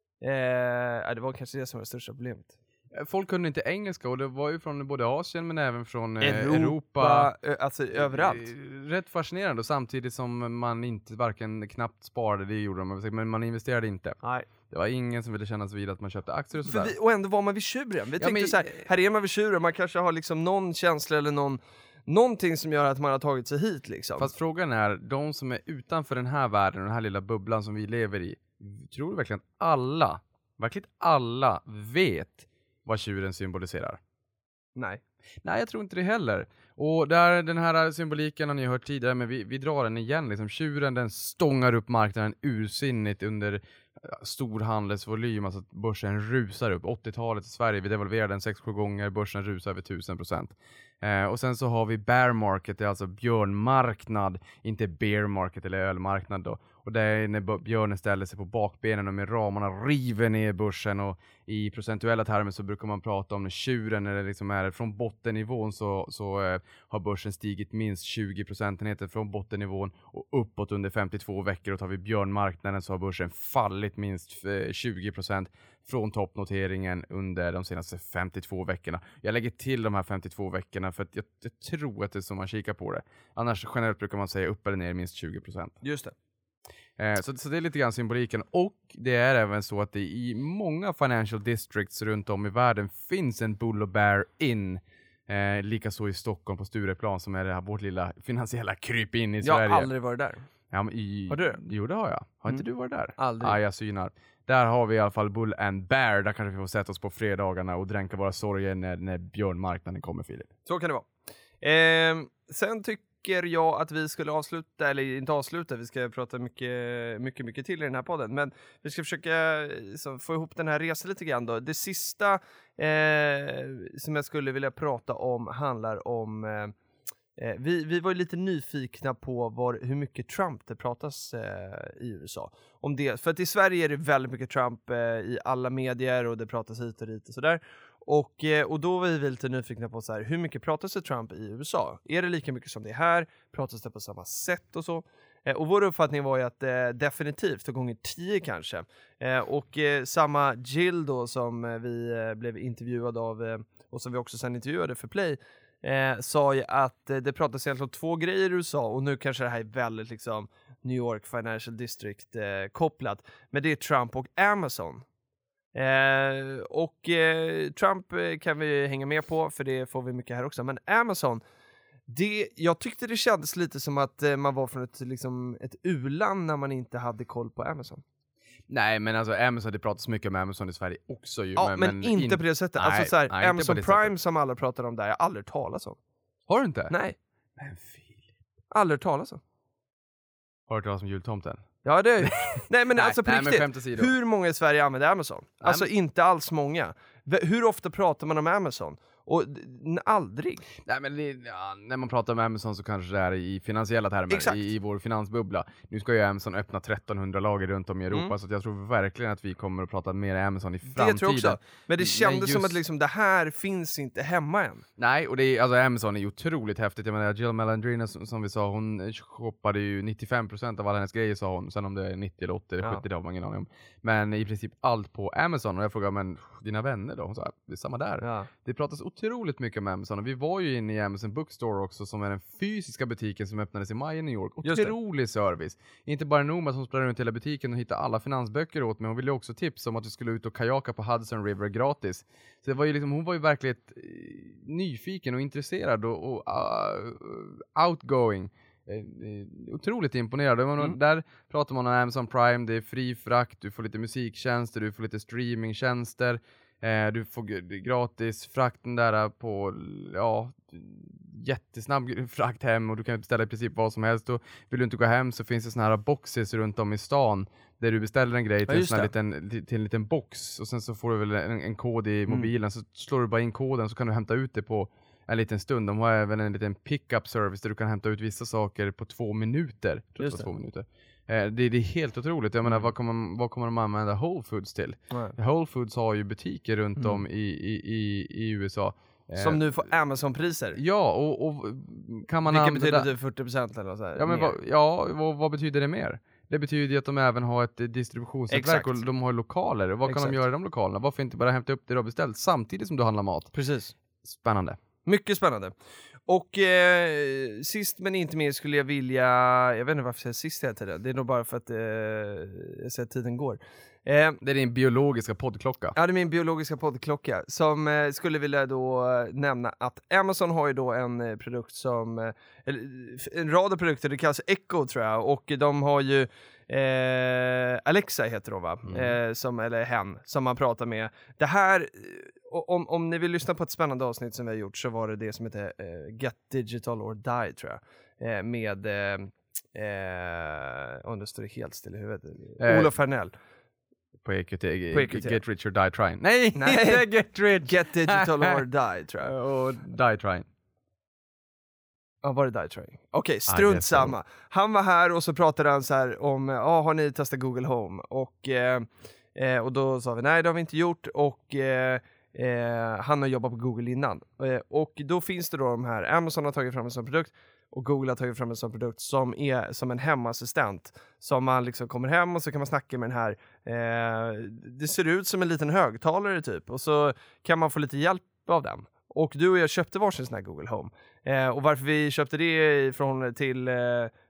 B: Det var kanske det som var det största problemet.
C: Folk kunde inte engelska, och det var ju från både Asien men även från Europa.
B: Alltså överallt.
C: Rätt fascinerande, och samtidigt som man inte varken knappt sparade, det gjorde de, men man investerade inte.
B: Nej.
C: Det var ingen som ville kännas vid att man köpte aktier och sådär.
B: Och ändå var man vid tjuren. Vi tänkte så här är man vid tjuren, man kanske har liksom någon känsla eller någonting som gör att man har tagit sig hit liksom.
C: Fast frågan är, de som är utanför den här världen och den här lilla bubblan som vi lever i, tror du verkligen att alla vet vad tjuren symboliserar?
B: Nej,
C: jag tror inte det heller. Och den här symboliken har ni hört tidigare, men vi drar den igen. Liksom. Tjuren, den stångar upp marknaden ursinnigt under stor handelsvolym, alltså att börsen rusar upp. 80-talet i Sverige, vi devalverade den 6-7 gånger, börsen rusar över 1000%. Och sen så har vi bear market, det är alltså björnmarknad, inte bear market eller ölmarknad då. Och det är när björnen ställer sig på bakbenen och med ramarna river ner börsen, och i procentuella termer så brukar man prata om när tjuren, när det liksom är från bottennivån så har börsen stigit minst 20 procentenheter från bottennivån och uppåt under 52 veckor, och tar vi björnmarknaden så har börsen fallit minst 20% från toppnoteringen under de senaste 52 veckorna. Jag lägger till de här 52 veckorna för att jag tror att det är som man kikar på det. Annars generellt brukar man säga upp eller ner minst 20%.
B: Just det.
C: Så det är lite grann symboliken. Och det är även så att det i många financial districts runt om i världen finns en Bull och Bear Inn. Likaså i Stockholm på Stureplan som är det här vårt lilla finansiella kryp in i Sverige.
B: Jag har aldrig varit där.
C: Ja, men
B: Har du?
C: Jo, det har jag. Har inte du varit där?
B: Aldrig.
C: Ja, jag synar. Där har vi i alla fall Bull and Bear. Där kanske vi får sätta oss på fredagarna och dränka våra sorger när björnmarknaden kommer, Filip.
B: Så kan det vara. Sen tycker jag att vi skulle avsluta, eller inte avsluta, vi ska prata mycket till i den här podden, men vi ska försöka få ihop den här resan lite grann då. Det sista som jag skulle vilja prata om handlar om vi var ju lite nyfikna på hur mycket Trump det pratas i USA. Om det, för att i Sverige är det väldigt mycket Trump i alla medier och det pratas hit och dit och sådär. Och då var vi lite nyfikna på så här, hur mycket pratas det Trump i USA? Är det lika mycket som det är här? Pratas det på samma sätt och så? Och vår uppfattning var ju att definitivt, gånger 10 kanske. Samma Jill då som vi blev intervjuade av och som vi också sen intervjuade för Play sa ju att det pratas egentligen om 2 grejer i USA och nu kanske det här är väldigt liksom New York Financial District kopplat. Men det är Trump och Amazon. Trump kan vi hänga med på för det får vi mycket här också. Men Amazon, jag tyckte det kändes lite som att man var från ett u-land när man inte hade koll på Amazon.
C: Nej, men alltså Amazon, det pratas mycket om Amazon i Sverige också ju.
B: Ja, men inte på det sättet.
C: Nej,
B: alltså så här,
C: nej,
B: Amazon Prime
C: sättet.
B: som alla pratar om där, jag har aldrig talat om.
C: Har du inte?
B: Nej.
C: Men Filip.
B: Aldrig talat om.
C: Har du talat om jultomten?
B: Ja, det nej, men alltså på
C: nej, men skämt
B: riktigt.
C: åsido.
B: Hur många i Sverige använder Amazon? Alltså inte alls många. Hur ofta pratar man om Amazon? Och aldrig.
C: Nej, men när man pratar om Amazon så kanske det är i finansiella termer, i vår finansbubbla. Nu ska ju Amazon öppna 1300 lager runt om i Europa, så att jag tror verkligen att vi kommer att prata mer Amazon i framtiden.
B: Det tror jag också. Men det kändes som att liksom, det här finns inte hemma än.
C: Nej, och alltså Amazon är ju otroligt häftigt. Jag menar, Jill Malandrina som vi sa, hon shoppade ju 95% av alla hennes grejer, sa hon. Sen om det är 90 eller 80 eller 70, det har man ingen aning om. Men i princip allt på Amazon. Och jag frågade, men dina vänner då? Hon sa, det är samma där. Ja. Det pratas otroligt mycket om Amazon. Och vi var ju inne i Amazon Bookstore också, som är den fysiska butiken som öppnades i maj i New York. Otrolig service. Inte bara Noma som sprang runt hela butiken och hittade alla finansböcker åt mig. Hon ville också tipsa om att du skulle ut och kajaka på Hudson River gratis. Så det var ju liksom, hon var ju verkligen nyfiken och intresserad och outgoing. Otroligt imponerad. Där pratar man om Amazon Prime, det är fri frakt, du får lite musiktjänster, du får lite streamingtjänster, du får gratis frakten där på jättesnabb frakt hem och du kan beställa i princip vad som helst. Och vill du inte gå hem så finns det såna här boxes runt om i stan där du beställer en grej till en liten box och sen så får du väl en kod i mobilen, så slår du bara in koden så kan du hämta ut det på en liten stund. De har även en liten pick-up service där du kan hämta ut vissa saker på 2 minuter. Just det. 2 minuter. Det är helt otroligt. Jag menar, vad kommer de använda Whole Foods till? Whole Foods har ju butiker runt om i USA.
B: Som nu får Amazon-priser.
C: Ja, och kan man
B: vilket betyder typ 40% eller så här.
C: Ja, men vad betyder det mer? Det betyder ju att de även har ett distributionsnätverk och de har lokaler. Vad kan de göra i de lokalerna? Varför inte bara hämta upp det du har beställt samtidigt som du handlar mat?
B: Precis.
C: Spännande.
B: Mycket spännande. Och sist men inte minst skulle jag vilja, jag vet inte varför jag säger sist hela tiden. Det är nog bara för att jag ser att tiden går.
C: Det är din biologiska poddklocka.
B: Ja, det är min biologiska poddklocka som skulle vilja då nämna att Amazon har ju då en produkt som, en rad av produkter, det kallas Echo tror jag, och de har ju Alexa heter de va? Eller hen, som man pratar med. Det här, om ni vill lyssna på ett spännande avsnitt som vi har gjort så var det som heter Get Digital or Die tror jag. Med, nu står det helt still i huvudet. Olof Härnell.
C: På EQT. Get Rich or Die Trying. Nej.
B: Get Rich. Get Digital or Die tror jag.
C: Och Die Trying.
B: Ja, var det Die Trying? Okej, strunt samma. Han var här och så pratade han så här om, har ni testat Google Home? Och då sa vi, nej det har vi inte gjort. Och han har jobbat på Google innan. Och då finns det då de här, Amazon har tagit fram en sån produkt. Och Google har tagit fram en sån produkt som är som en hemassistent. Som man liksom kommer hem och så kan man snacka med den här. Det ser ut som en liten högtalare typ. Och så kan man få lite hjälp av den. Och du och jag köpte varsin sån här Google Home. Och varför vi köpte det till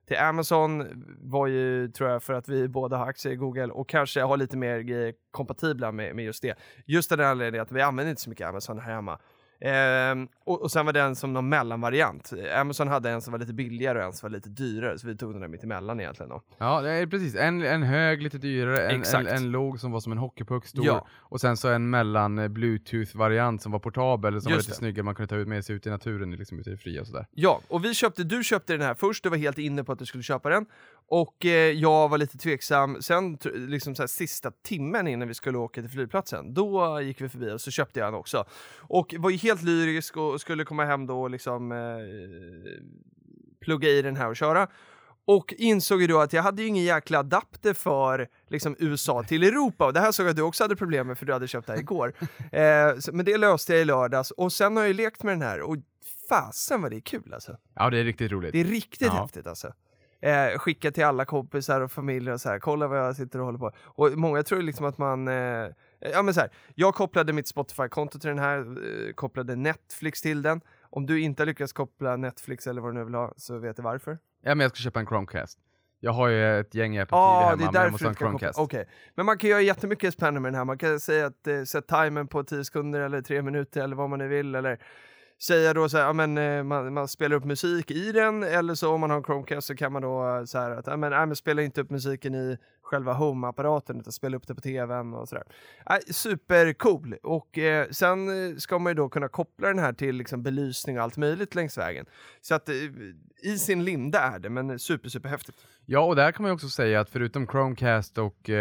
B: till Amazon var ju, tror jag, för att vi båda har aktier i Google och kanske har lite mer grejer kompatibla med just det. Just den anledningen att vi använder inte så mycket Amazon här hemma. Och sen var den som någon mellanvariant. Amazon hade en som var lite billigare och en som var lite dyrare, så vi tog den där mitt emellan egentligen då.
C: Ja, det är precis. En hög lite dyrare, en låg som var som en hockeypuck stor, och sen så en mellan Bluetooth-variant som var portabel, som var lite snyggare, man kunde ta ut med sig ut i naturen, liksom ute i det fria och sådär.
B: Ja, och du köpte den här först, du var helt inne på att du skulle köpa den, och jag var lite tveksam. Sen liksom så här, sista timmen innan vi skulle åka till flygplatsen, då gick vi förbi och så köpte jag den också. Och var ju helt lyrisk och skulle komma hem då och liksom plugga i den här och köra. Och insåg ju då att jag hade ju ingen jäkla adapter för liksom USA till Europa. Och det här såg jag att du också hade problem med, för du hade köpt det här igår. Men det löste jag i lördags. Och sen har jag ju lekt med den här. Och fasen vad det är kul alltså.
C: Ja, det är riktigt roligt.
B: Det är riktigt häftigt alltså. Skicka till alla kompisar och familjer och så här. Kolla vad jag sitter och håller på. Och många tror liksom att man... ja men så här. Jag kopplade mitt Spotify-konto till den här. Kopplade Netflix till den. Om du inte lyckas koppla Netflix eller vad du nu vill ha, så vet jag varför.
C: Ja, men jag ska köpa en Chromecast. Jag har ju ett gäng Apple TV hemma,
B: det är
C: men jag måste ha en Chromecast.
B: Okej. Men man kan göra jättemycket spännande med den här. Man kan säga att sätt timern på 10 sekunder eller 3 minuter eller vad man nu vill. Eller säga då så här, ja, men, man spelar upp musik i den. Eller så om man har en Chromecast så kan man då så här att ja, men spela inte upp musiken i själva home-apparaten utan spela upp det på tvn och sådär. Supercool. Och sen ska man ju då kunna koppla den här till liksom belysning och allt möjligt längs vägen. Så att i sin linda är det, men super häftigt.
C: Ja, och där kan man ju också säga att förutom Chromecast och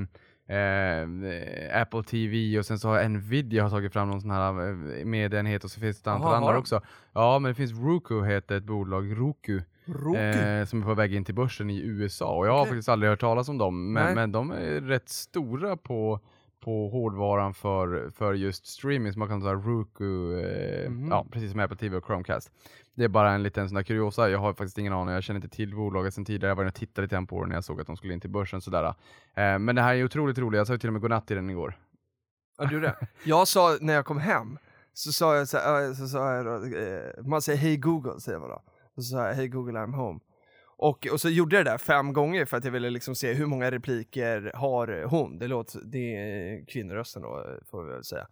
C: Apple TV och sen så har Nvidia har tagit fram någon sån här medienhet, och så finns det ett antal andra också. Ja, men det finns Roku, heter ett bolag, Roku. Som är på väg in till börsen i USA, och jag har faktiskt aldrig hört talas om dem, men de är rätt stora på hårdvaran för just streaming, som man kan säga Roku, ja, precis som Apple TV och Chromecast. Det är bara en liten sån där kuriosa, jag har faktiskt ingen aning, jag känner inte till bolaget sen tidigare, jag var inne och tittade lite på det när jag såg att de skulle in till börsen sådär. Men det här är otroligt roligt, jag sa till och med godnatt i den igår.
B: Ja, du det? Jag sa, när jag kom hem, så sa jag då, man säger hej Google, säger man då. Och så sa jag, hej Google, I'm home. Och så gjorde jag det där 5 gånger för att jag ville liksom se hur många repliker har hon. Det är kvinnorösten då, får vi väl säga.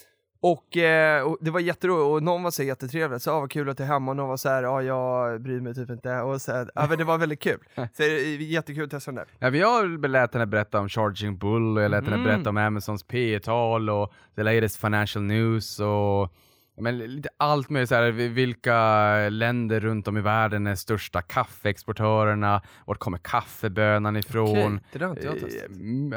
B: Och det var jätteroligt, och någon var så jättetrevlig, så vad kul att du är hemma, och någon var så här, jag bryr mig typ inte, och så här, men det var väldigt kul. Så det är jättekul att testa den där.
C: Ja, jag lät henne berätta om Charging Bull, och jag lät henne berätta om Amazons P-tal och the latest financial news och men lite allt med så här, vilka länder runt om i världen är största kaffeexportörerna, vart kommer kaffebönan ifrån.
B: Okej, det har inte jag testat.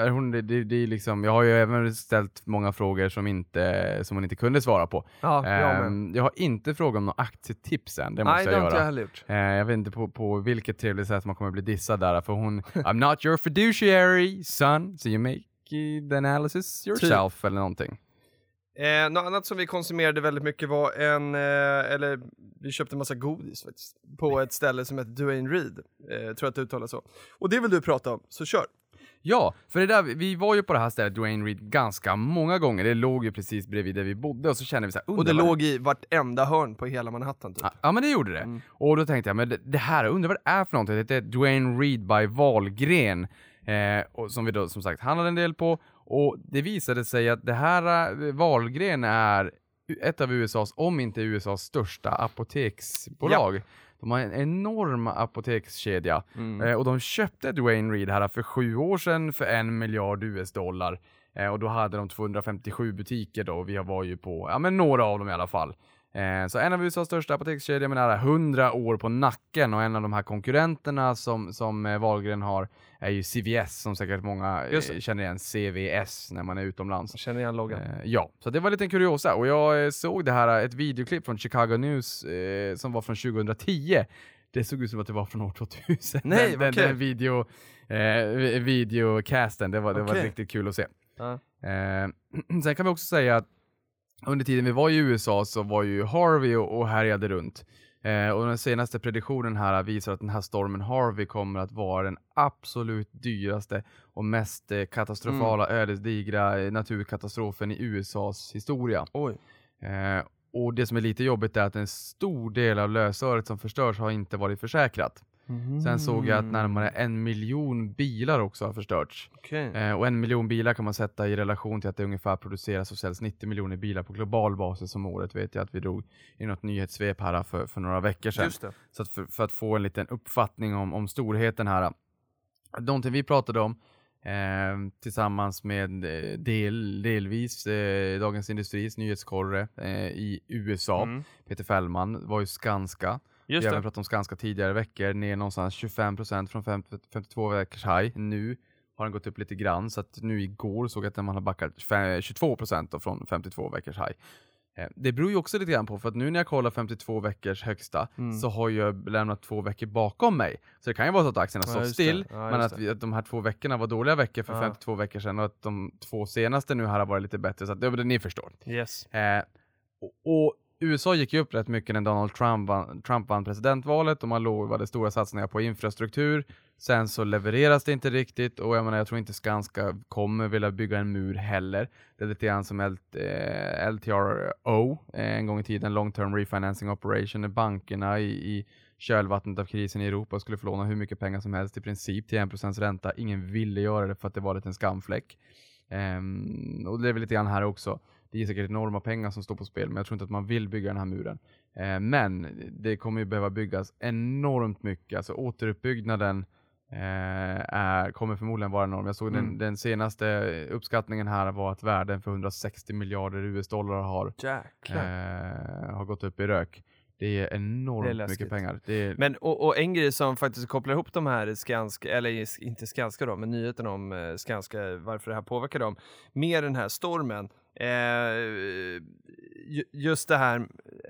C: Det är liksom, jag har ju även ställt många frågor som hon inte kunde svara på.
B: Ja,
C: jag har inte frågat om några aktietips än, det måste jag göra.
B: Nej, det har inte jag heller gjort.
C: Jag vet inte på vilket trevligt sätt man kommer bli dissad där, för hon I'm not your fiduciary son, so you make the analysis yourself eller någonting.
B: Något annat som vi konsumerade väldigt mycket var eller vi köpte en massa godis faktiskt, på ett ställe som heter Duane Reade, tror att det uttalas så. Och det vill du prata om, så kör.
C: Ja, för det där, vi var ju på det här stället Duane Reade ganska många gånger. Det låg ju precis bredvid där vi bodde, och så kände vi så här,
B: och det låg i vartenda hörn på hela Manhattan typ.
C: Ja, men det gjorde det. Och då tänkte jag, men det här, undrar vad det är för någonting. Det heter Duane Reade by Wahlgren, och som vi då som sagt handlade en del på. Och det visade sig att det här Wahlgren är ett av USAs, om inte USAs största apoteksbolag. Ja. De har en enorm apotekskedja. Och de köpte Duane Reade här för 7 år sedan för $1 miljard. Och då hade de 257 butiker då. Och vi var ju på, men några av dem i alla fall. Så en av USAs största apotekskedjor med nära 100 år på nacken, och en av de här konkurrenterna som Wahlgren har är ju CVS, som säkert många känner igen, CVS när man är utomlands.
B: Jag känner igen loggan.
C: Ja, så det var en liten kuriosa, och jag såg det här, ett videoklipp från Chicago News som var från 2010. Det såg ut som att det var från år 2000.
B: Nej,
C: den videocasten, det var riktigt kul att se. Sen kan vi också säga att under tiden vi var i USA så var ju Harvey och härjade runt. Och den senaste prediktionen här visar att den här stormen Harvey kommer att vara den absolut dyraste och mest katastrofala, ödesdigra naturkatastrofen i USAs historia.
B: Oj.
C: Och det som är lite jobbigt är att en stor del av lösöret som förstörs har inte varit försäkrat. Sen såg jag att närmare 1 miljon bilar också har förstörts.
B: Okay.
C: Och 1 miljon bilar kan man sätta i relation till att det ungefär produceras och säljs 90 miljoner bilar på global basis om året. Vet jag att vi drog i något nyhetssvep här för några veckor sedan.
B: Just det.
C: Så att för att få en liten uppfattning om storheten här. Någonting vi pratade om tillsammans med delvis Dagens Industris nyhetskorre i USA. Peter Fällman var ju Skanska. Vi har även pratat om Skanska tidigare veckor, ner någonstans 25% från 52 veckors high. Nu har den gått upp lite grann, så att nu igår såg jag att man har backat 22% från 52 veckors high. Det beror ju också lite grann på, för att nu när jag kollar 52 veckors högsta så har jag lämnat 2 veckor bakom mig. Så det kan ju vara så att aktien har stått still, men att de här 2 veckorna var dåliga veckor för 52 veckor sedan och att de 2 senaste nu här har varit lite bättre, så att ni förstår.
B: Yes.
C: Och USA gick ju upp rätt mycket när Donald Trump vann presidentvalet och man lovade stora satsningar på infrastruktur. Sen så levereras det inte riktigt, och jag tror inte Skanska kommer vilja bygga en mur heller. Det är lite grann som LTRO en gång i tiden, Long Term Refinancing Operation, när bankerna i kölvattnet av krisen i Europa skulle få låna hur mycket pengar som helst i princip till 1% ränta. Ingen ville göra det för att det var en skamfläck. Och det är väl lite grann här också. Det är säkert enorma pengar som står på spel, men jag tror inte att man vill bygga den här muren. Men det kommer ju behöva byggas enormt mycket. Alltså återuppbyggnaden kommer förmodligen vara enorm. Jag såg den senaste uppskattningen här var att värden för 160 miljarder US-dollar har gått upp i rök. Det är enormt mycket pengar.
B: Men och en grej som faktiskt kopplar ihop de här Skanska, eller inte Skanska då, men nyheten om Skanska, varför det här påverkar dem, med den här stormen. Just det här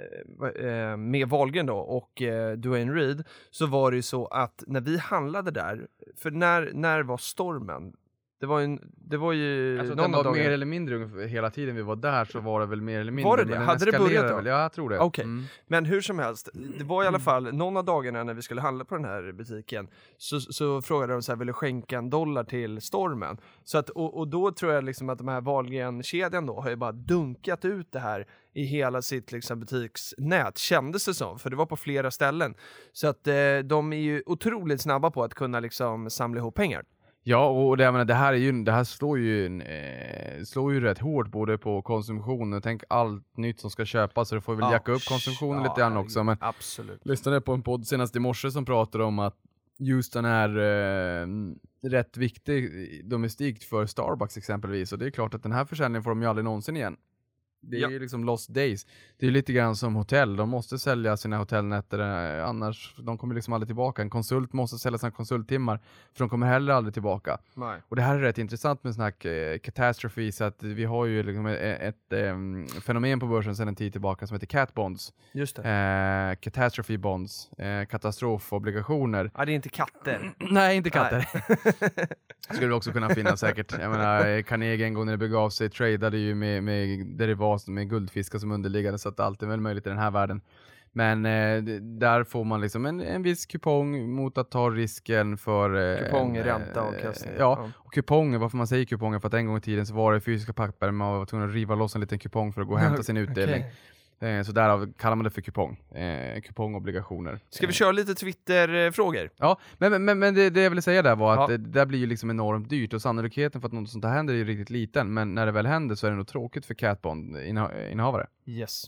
B: med Wahlgren då och Duane Reade, så var det ju så att när vi handlade där, för när var stormen? Det var ju
C: alltså någon var mer eller mindre hela tiden vi var där, så var det väl mer eller mindre.
B: Var det det? Hade det börjat då?
C: Ja, jag tror det.
B: Okej. Men hur som helst, det var i alla fall någon av dagarna när vi skulle handla på den här butiken, så frågade de så här, vill du skänka $1 till stormen? Så att, och då tror jag liksom att de här Wahlgren-kedjan då har ju bara dunkat ut det här i hela sitt liksom butiksnät, kändes det som, för det var på flera ställen. Så att de är ju otroligt snabba på att kunna liksom samla ihop pengar.
C: Ja, och det här slår ju rätt hårt både på konsumtion och tänk allt nytt som ska köpas, så det får väl jacka upp konsumtionen lite grann också. Men
B: absolut.
C: Lyssnade på en podd senast i morse som pratade om att just den är rätt viktig domestikt för Starbucks exempelvis, och det är klart att den här försäljningen får de ju aldrig någonsin igen. Det är ju liksom lost days. Det är lite grann som hotell. De måste sälja sina hotellnätter, annars de kommer liksom aldrig tillbaka. En konsult måste sälja sina konsulttimmar, för de kommer heller aldrig tillbaka.
B: Nej.
C: Och det här är rätt intressant med såna här catastrophes, att vi har ju liksom ett fenomen på börsen sedan en tid tillbaka som heter cat bonds.
B: Just det.
C: Catastrophe bonds, katastrofobligationer.
B: Ja, det är inte katter.
C: Nej, inte katter. Skulle också kunna finnas säkert. Jag menar, Carnegie en gång när det begav sig tradade ju med derivat med guldfiskar som underliggande, så att allt är väl möjligt i den här världen. Men där får man liksom en viss kupong mot att ta risken för
B: kupong, ränta och kastning.
C: Ja, och kuponger, varför man säger kuponger, för att en gång i tiden så var det fysiska papper, man var tvungen att riva loss en liten kupong för att gå och hämta sin utdelning. Så därav kallar man det för kupongobligationer. Ska
B: vi köra lite Twitter-frågor?
C: Ja, men det jag ville säga där var att det där blir ju liksom enormt dyrt, och sannolikheten för att något sånt här händer är ju riktigt liten, men när det väl händer så är det nog tråkigt för catbond-innehavare.
B: Yes.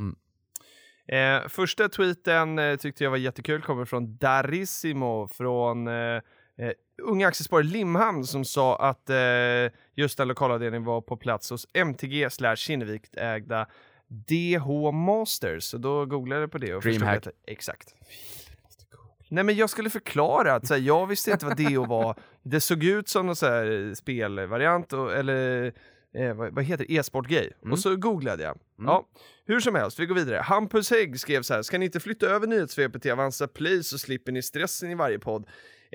B: Första tweeten tyckte jag var jättekul, kommer från Darissimo från unga aktiesparare Limhamn, som sa att just den lokalavdelningen var på plats hos MTG/Kinnevik ägda DH Masters, så då googlade jag på det och
C: Dreamhack.
B: Exakt. Nej, men jag skulle förklara att så här, jag visste inte vad DH var. Det såg ut som någon så här spelvariant eller vad heter det? E-sport-grej. Och så googlade jag. Ja, hur som helst, vi går vidare. Hampus Hägg skrev så här: ska ni inte flytta över nyhetssvepet till Avanza Play så slipper ni stressen i varje podd?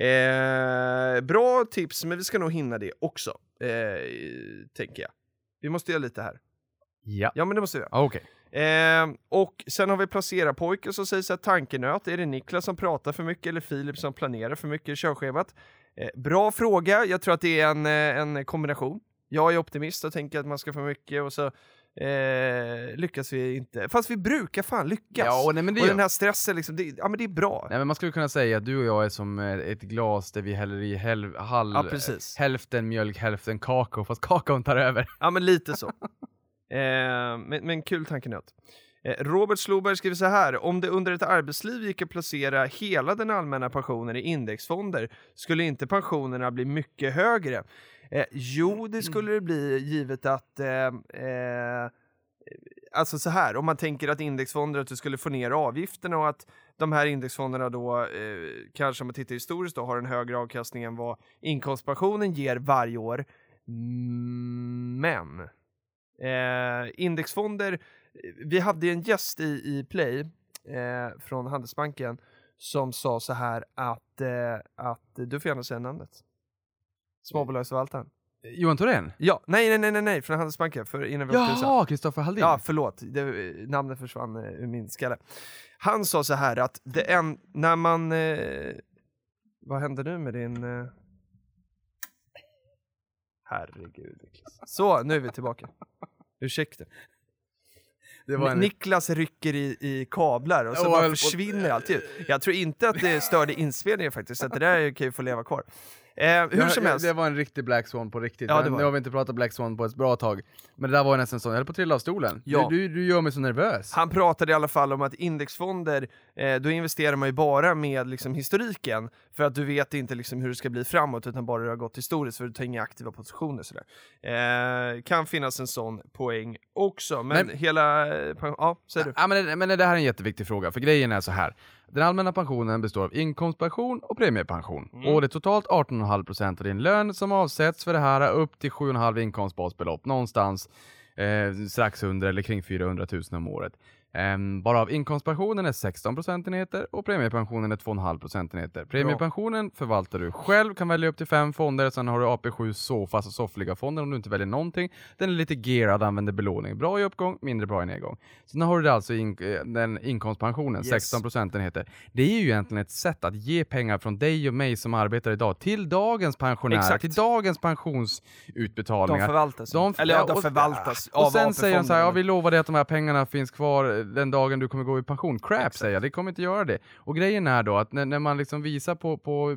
B: Bra tips, men vi ska nog hinna det också, tänker jag. Vi måste göra lite här. Ja, men det måste vi göra.
C: Okej.
B: Och sen har vi Placera pojke som säger så här: tankenöt, är det Niklas som pratar för mycket eller Filip som planerar för mycket i körschemat? Bra fråga, jag tror att det är en kombination. Jag är optimist och tänker att man ska få mycket, och så lyckas vi inte. Fast vi brukar fan lyckas.
C: Ja, nej, men det
B: och den här stressen, liksom, men det är bra.
C: Nej, men man skulle kunna säga att du och jag är som ett glas där vi häller i hälften mjölk, hälften kakao, fast kakaon tar över.
B: Ja, men lite så. Men kul tankenöt. Robert Sloberg skriver så här: om det under ett arbetsliv gick att placera hela den allmänna pensionen i indexfonder, skulle inte pensionerna bli mycket högre? Jo, det skulle det bli, givet att alltså så här, om man tänker att indexfonder, att du skulle få ner avgifterna och att de här indexfonderna då kanske, om man tittar historiskt då, har en högre avkastning än vad inkomstpensionen ger varje år. Men indexfonder, vi hade en gäst i Play från Handelsbanken som sa så här att du får gärna säga namnet. Småbolagsförvaltaren.
C: Johan Thorén?
B: Ja, nej, från Handelsbanken.
C: Jaha, Kristoffer Haldin.
B: Ja, förlåt. Namnet försvann ur min skalle. Han sa så här att när man... vad händer nu med din... Herregud. Så, nu är vi tillbaka. Ursäkta. Niklas rycker i kablar och så bara försvinner alltid. Jag tror inte att det störde inspelningen faktiskt, så att det där kan ju få leva kvar. Hur som helst.
C: Det var en riktig Black Swan på riktigt.
B: Ja,
C: nu har vi inte pratat Black Swan på ett bra tag. Men det där var nästan så. Jag höll på att trilla av stolen.
B: Ja.
C: Du gör mig så nervös.
B: Han pratade i alla fall om att indexfonder, då investerar man ju bara med liksom historiken. För att du vet inte liksom hur det ska bli framåt, utan bara det har gått historiskt, för du tar inga aktiva positioner. Sådär. Kan finnas en sån poäng också. Men hela... Ja, säger du.
C: Ja, men det här är en jätteviktig fråga. För grejen är så här. Den allmänna pensionen består av inkomstpension och premiepension. Och det är totalt 18,5% av din lön som avsätts för det här upp till 7,5 inkomstbasbelopp. Någonstans strax under eller kring 400 000 om året. Bara av inkomstpensionen är 16 procentenheter och premiepensionen är 2,5 procentenheter. Premiepensionen förvaltar du själv, kan välja upp till 5 fonder. Sen har du AP7 SOFAs och soffliga fonder om du inte väljer någonting. Den är lite gearad, använder belåning. Bra i uppgång, mindre bra i nedgång. Sen har du alltså den inkomstpensionen, 16 procentenheter. Det är ju egentligen ett sätt att ge pengar från dig och mig som arbetar idag till dagens pensionärer. Exakt. Till dagens pensionsutbetalningar.
B: De förvaltas. De förvaltas.
C: Och sen säger de så här, vi lovar dig att de här pengarna finns kvar den dagen du kommer gå i pension. Crap, säger jag. Det kommer inte göra det. Och grejen är då att när man liksom visar på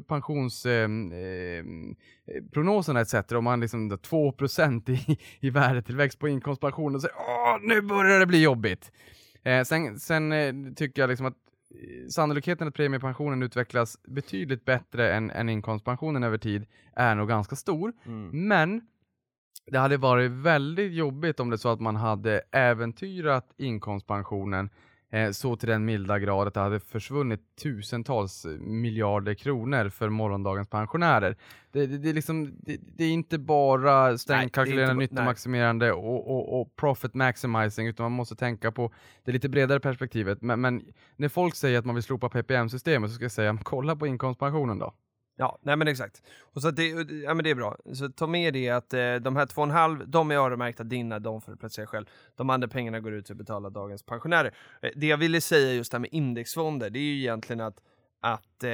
C: pensionsprognoserna etc. och man liksom 2% i värdetillväxt på inkomstpensionen och säger nu börjar det bli jobbigt. Sen tycker jag liksom att sannolikheten att premiepensionen utvecklas betydligt bättre än inkomstpensionen över tid är nog ganska stor. Men det hade varit väldigt jobbigt om det så att man hade äventyrat inkomstpensionen så till den milda grad att det hade försvunnit tusentals miljarder kronor för morgondagens pensionärer. Det är inte bara strängt kalkylerande, nyttomaximerande och profit maximizing, utan man måste tänka på det lite bredare perspektivet. Men när folk säger att man vill slopa PPM-systemet så ska jag säga, kolla på inkomstpensionen då.
B: Ja, nej men exakt. Och så men det är bra. Så ta med det att de här 2,5, de är öronmärkta dina, de får du placera själv. De andra pengarna går ut till att betala dagens pensionärer. Det jag ville säga just här med indexfonder, det är ju egentligen att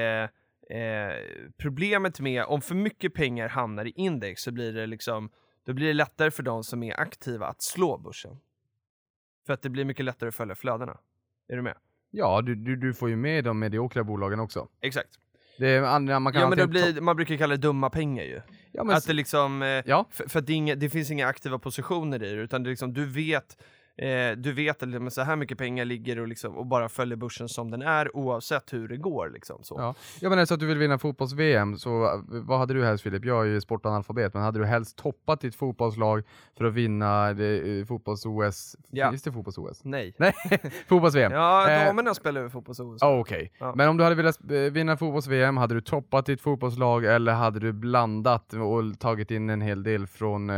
B: problemet med, om för mycket pengar hamnar i index så blir det liksom, då blir det lättare för de som är aktiva att slå börsen. För att det blir mycket lättare att följa flödena. Är du med?
C: Ja, du får ju med de mediokra bolagen också.
B: Exakt.
C: Det är andra, man kan
B: man brukar kalla det dumma pengar ju. Ja, men att det liksom för att det finns inga aktiva positioner i det, utan det liksom, du vet att så här mycket pengar ligger och liksom, och bara följer börsen som den är oavsett hur det går liksom så.
C: Ja, men är det så att du vill vinna fotbolls-VM, så vad hade du helst, Filip? Jag är ju sportanalfabet, men hade du helst toppat ditt fotbollslag för att vinna fotbolls-OS?
B: Ja.
C: Finns det fotbolls-OS?
B: Nej.
C: Fotbolls-VM.
B: Ja, damerna spelar ju fotbolls-OS.
C: Okej. Ja. Men om du hade velat vinna fotbolls-VM, hade du toppat ditt fotbollslag eller hade du blandat och tagit in en hel del från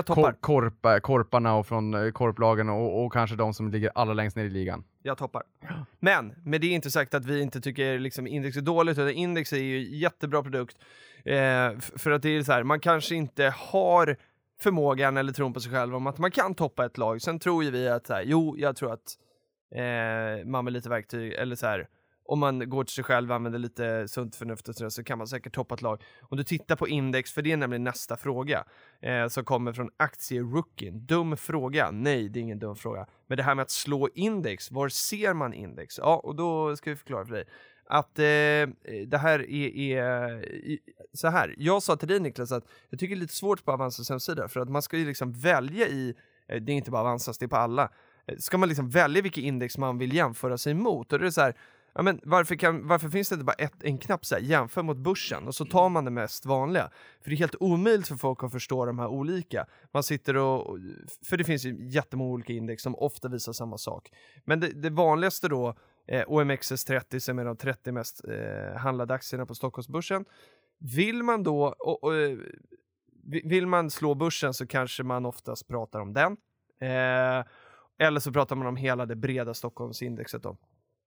C: korparna och från korplagen och kanske de som ligger allra längst ner i ligan?
B: Jag toppar. Men med det är inte sagt att vi inte tycker liksom index är dåligt, utan index är ju jättebra produkt. För att det är så här, man kanske inte har förmågan eller tron på sig själv om att man kan toppa ett lag. Sen tror ju vi att så här, jag tror att man med lite verktyg eller så här, om man går till sig själv och använder lite sunt förnuft och så kan man säkert toppa ett lag. Om du tittar på index, för det är nämligen nästa fråga som kommer från aktierookien. Dum fråga? Nej, det är ingen dum fråga. Men det här med att slå index, var ser man index? Ja, och då ska vi förklara för dig att det här är så här. Jag sa till dig, Niklas, att jag tycker det är lite svårt på Avanzas hemsida, för att man ska ju liksom välja i, det är inte bara Avanzas, det är på alla, ska man liksom välja vilka index man vill jämföra sig mot. Och det är så här, ja, men varför finns det inte bara en knapp så här, jämför mot börsen, och så tar man det mest vanliga? För det är helt omöjligt för folk att förstå de här olika. Man sitter för det finns ju jättemånga olika index som ofta visar samma sak. Men det vanligaste då, OMXS30, som är de 30 mest handlade aktierna på Stockholmsbörsen. Vill man då vill man slå börsen, så kanske man oftast pratar om den. Eller så pratar man om hela det breda Stockholmsindexet då.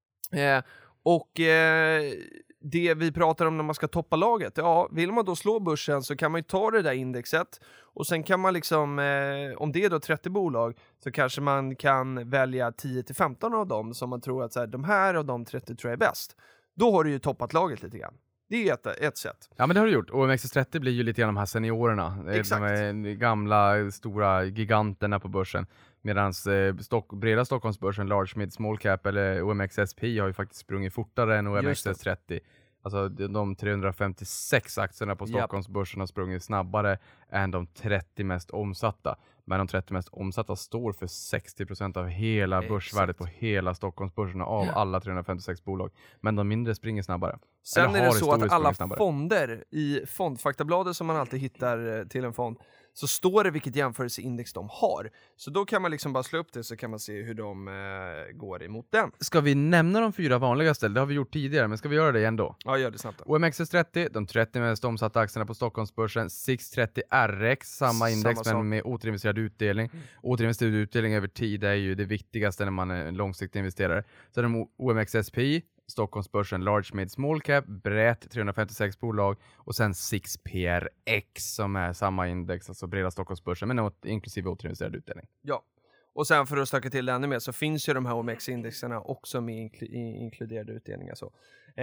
B: Det vi pratar om när man ska toppa laget, ja, vill man då slå börsen, så kan man ju ta det där indexet, och sen kan man liksom, om det är då 30 bolag, så kanske man kan välja 10-15 av dem som man tror att så här, de här och de 30 tror jag är bäst. Då har du ju toppat laget lite grann. Det är ett sätt.
C: Ja, men det har du gjort. Och OMXS30 blir ju lite grann de här seniorerna.
B: Exakt.
C: De gamla, stora giganterna på börsen. Medan breda Stockholmsbörsen, large, mid, small cap eller OMXSP har ju faktiskt sprungit fortare än OMXS30. Alltså de 356 aktierna på Stockholmsbörsen har sprungit snabbare än de 30 mest omsatta. Men de 30 mest omsatta står för 60% av hela börsvärdet på hela Stockholmsbörsen av alla 356 bolag. Men de mindre springer snabbare.
B: Sen är det så att alla fonder i fondfaktabladet som man alltid hittar till en fond, så står det vilket jämförelseindex de har. Så då kan man liksom bara slå upp det, så kan man se hur de går emot den.
C: Ska vi nämna de 4 vanligaste? Det har vi gjort tidigare, men ska vi göra det igen då?
B: Ja, gör det snabbt då.
C: OMXS30, de 30 mest omsatta aktierna på Stockholmsbörsen. 630 RX, samma index men med återinvesterad utdelning. Återinvesterad utdelning över tid är ju det viktigaste när man är en långsiktig investerare. Så de OMXSPI, Stockholmsbörsen, large, mid, small cap, brett 356 bolag, och sen 6PRX som är samma index, alltså breda Stockholmsbörsen, men inklusive återinvesterad utdelning.
B: Ja, och sen för att stöka till det ännu mer, så finns ju de här OMX-indexerna också med inkluderade utdelningar. Så.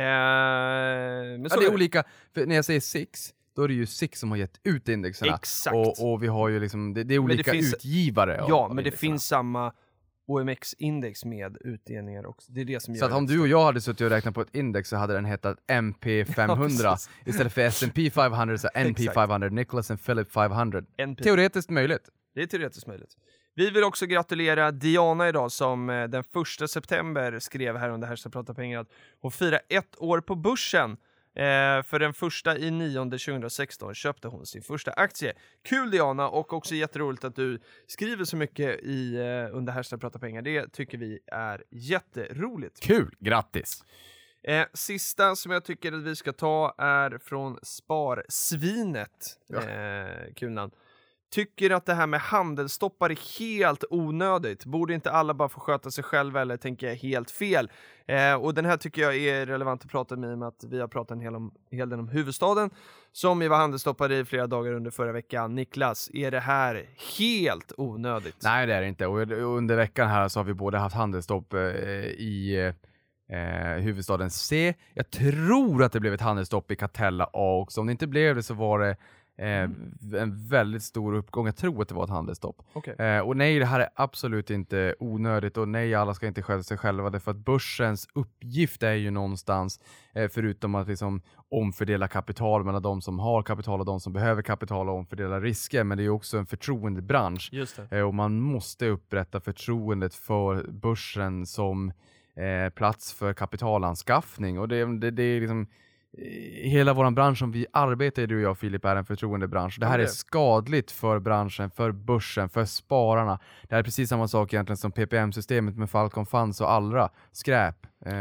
B: Men så
C: det är olika, för när jag säger 6, då är det ju 6 som har gett ut indexerna.
B: Exakt.
C: Och vi har ju liksom, det är olika utgivare.
B: Ja, men det finns samma OMX-index med utdelningar också. Det är det som gör.
C: Så att om du och jag hade suttit och räknat på ett index, så hade den hetat MP500 istället för S&P 500, så NP 500, Nicholas and Philip 500. Teoretiskt möjligt.
B: Det är teoretiskt möjligt. Vi vill också gratulera Diana idag, som den 1 september skrev här under Hashtag Prata Pengar att hon firar 1 år på börsen. För den 1/9/2016 köpte hon sin första aktie. Kul, Diana, och också jätteroligt att du skriver så mycket under Hashtag Prata Pengar. Det tycker vi är jätteroligt.
C: Kul, grattis!
B: Sista som jag tycker att vi ska ta är från Sparsvinet. Kul namn. Tycker att det här med handelsstoppar är helt onödigt. Borde inte alla bara få sköta sig själva, eller tänker jag helt fel? Och den här tycker jag är relevant att prata med att vi har pratat en hel del om huvudstaden, som ju var handelsstoppade i flera dagar under förra veckan. Niklas, är det här helt onödigt?
C: Nej, det är det inte. Och under veckan här så har vi både haft handelsstopp i huvudstaden C. Jag tror att det blev ett handelsstopp i Catella A också. Om det inte blev det, så var det en väldigt stor uppgång. Jag tror att det var ett handelsstopp.
B: Okay.
C: Och nej, det här är absolut inte onödigt, och nej, alla ska inte sköta sig själva, därför att börsens uppgift är ju någonstans, förutom att liksom omfördela kapital mellan de som har kapital och de som behöver kapital, och omfördela risker, men det är ju också en förtroendebransch.
B: Just det.
C: Och man måste upprätta förtroendet för börsen som plats för kapitalanskaffning, och det är liksom hela våran bransch som vi arbetar i, du och jag, Filip, är en förtroendebransch. Det här är skadligt för branschen, för börsen, för spararna. Det här är precis samma sak egentligen som PPM-systemet med Falcon Funds och Allra. Skräp.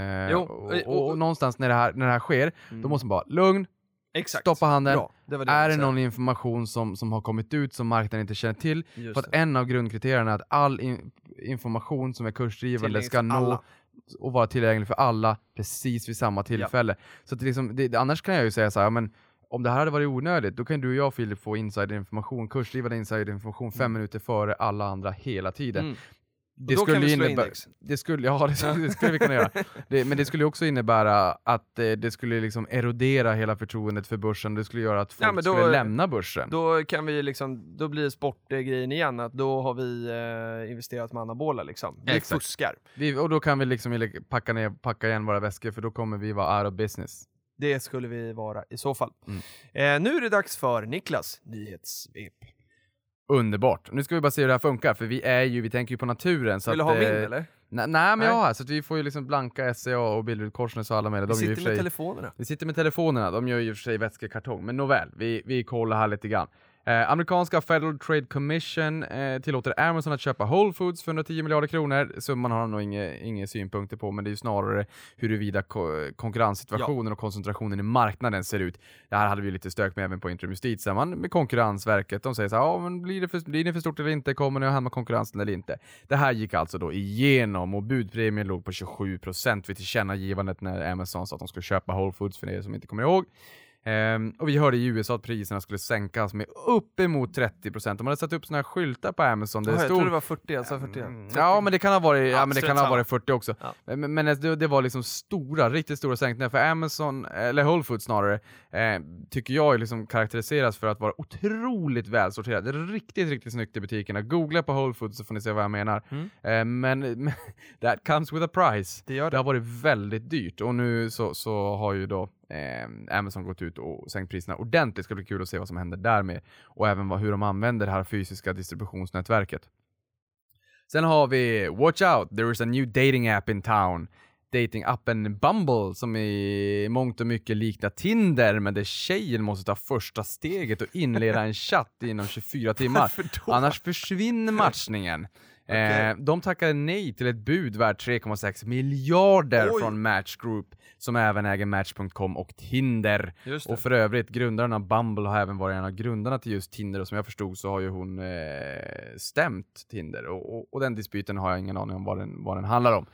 C: Och någonstans när det här sker, då måste man bara lugn.
B: Exakt.
C: Stoppa handen.
B: Bra.
C: Är det någon information som har kommit ut som marknaden inte känner till? För att en av grundkriterierna är att all information som är kursdrivande ska nå och vara tillgänglig för alla precis vid samma tillfälle. Så att annars kan jag ju säga så här, men om det här hade varit onödigt, då kan du och jag, Filip, få insiderinformation, kursdrivande insiderinformation 5 minuter före alla andra hela tiden. Det
B: då
C: skulle
B: kan vi slå
C: innebära,
B: index.
C: det skulle vi kunna göra. Men det skulle också innebära att det skulle liksom erodera hela förtroendet för börsen. Det skulle göra att folk skulle lämna börsen.
B: Då kan vi liksom, då blir sportgrejen igen att då har vi investerat med anabola liksom. Vi fuskar.
C: Och då kan vi liksom packa igen våra väskor, för då kommer vi vara out of business.
B: Det skulle vi vara i så fall. Nu är det dags för Niklas nyhetssvep.
C: Underbart. Nu ska vi bara se hur det här funkar, för vi tänker ju på naturen. Så
B: vill du ha min eller?
C: Nej, men ja, så att vi får ju liksom blanka SCA och Billerud Korsnäs och alla med det.
B: Vi sitter med telefonerna.
C: Vi sitter med telefonerna, de gör ju för sig vätskekartong. Men nåväl, vi kollar här lite grann. Amerikanska Federal Trade Commission tillåter Amazon att köpa Whole Foods för 110 miljarder kronor. Summan har nog inga synpunkter på, men det är ju snarare huruvida konkurrenssituationen och koncentrationen i marknaden ser ut. Det här hade vi lite stök med även på Intrum Justitia med Konkurrensverket. De säger så här, men blir det för stort eller inte? Kommer ni att hämma konkurrensen eller inte? Det här gick alltså då igenom och budpremien låg på 27% vid tillkännagivandet när Amazon sa att de skulle köpa Whole Foods, för er som inte kommer ihåg. Och vi hörde i USA att priserna skulle sänkas med uppemot 30%. De hade satt upp såna här skyltar på Amazon.
B: Jag tror det var 40, alltså 40.
C: Ja, men det kan ha varit 40 också. Ja. Men det var liksom riktigt stora sänkningar för Amazon, eller Whole Foods snarare, tycker jag liksom karaktäriseras för att vara otroligt välsorterat. Det är riktigt snyggt i butikerna. Googla på Whole Foods så får ni se vad jag menar. Men that comes with a price. Det har varit väldigt dyrt, och nu så har ju då Amazon gått ut och sänkt priserna ordentligt. Det ska bli kul att se vad som händer därmed, och även hur de använder det här fysiska distributionsnätverket. Sen har vi Watch out, there is a new dating app in town. Datingappen Bumble, som i mångt och mycket liknar Tinder, men där tjejen måste ta första steget och inleda en chatt inom 24 timmar. Annars försvinner matchningen. De tackade nej till ett bud värt 3,6 miljarder från Match Group, som även äger Match.com och Tinder. Och för övrigt, grundaren av Bumble har även varit en av grundarna till just Tinder, och som jag förstod så har ju hon stämt Tinder, och den dispyten har jag ingen aning om vad den handlar om.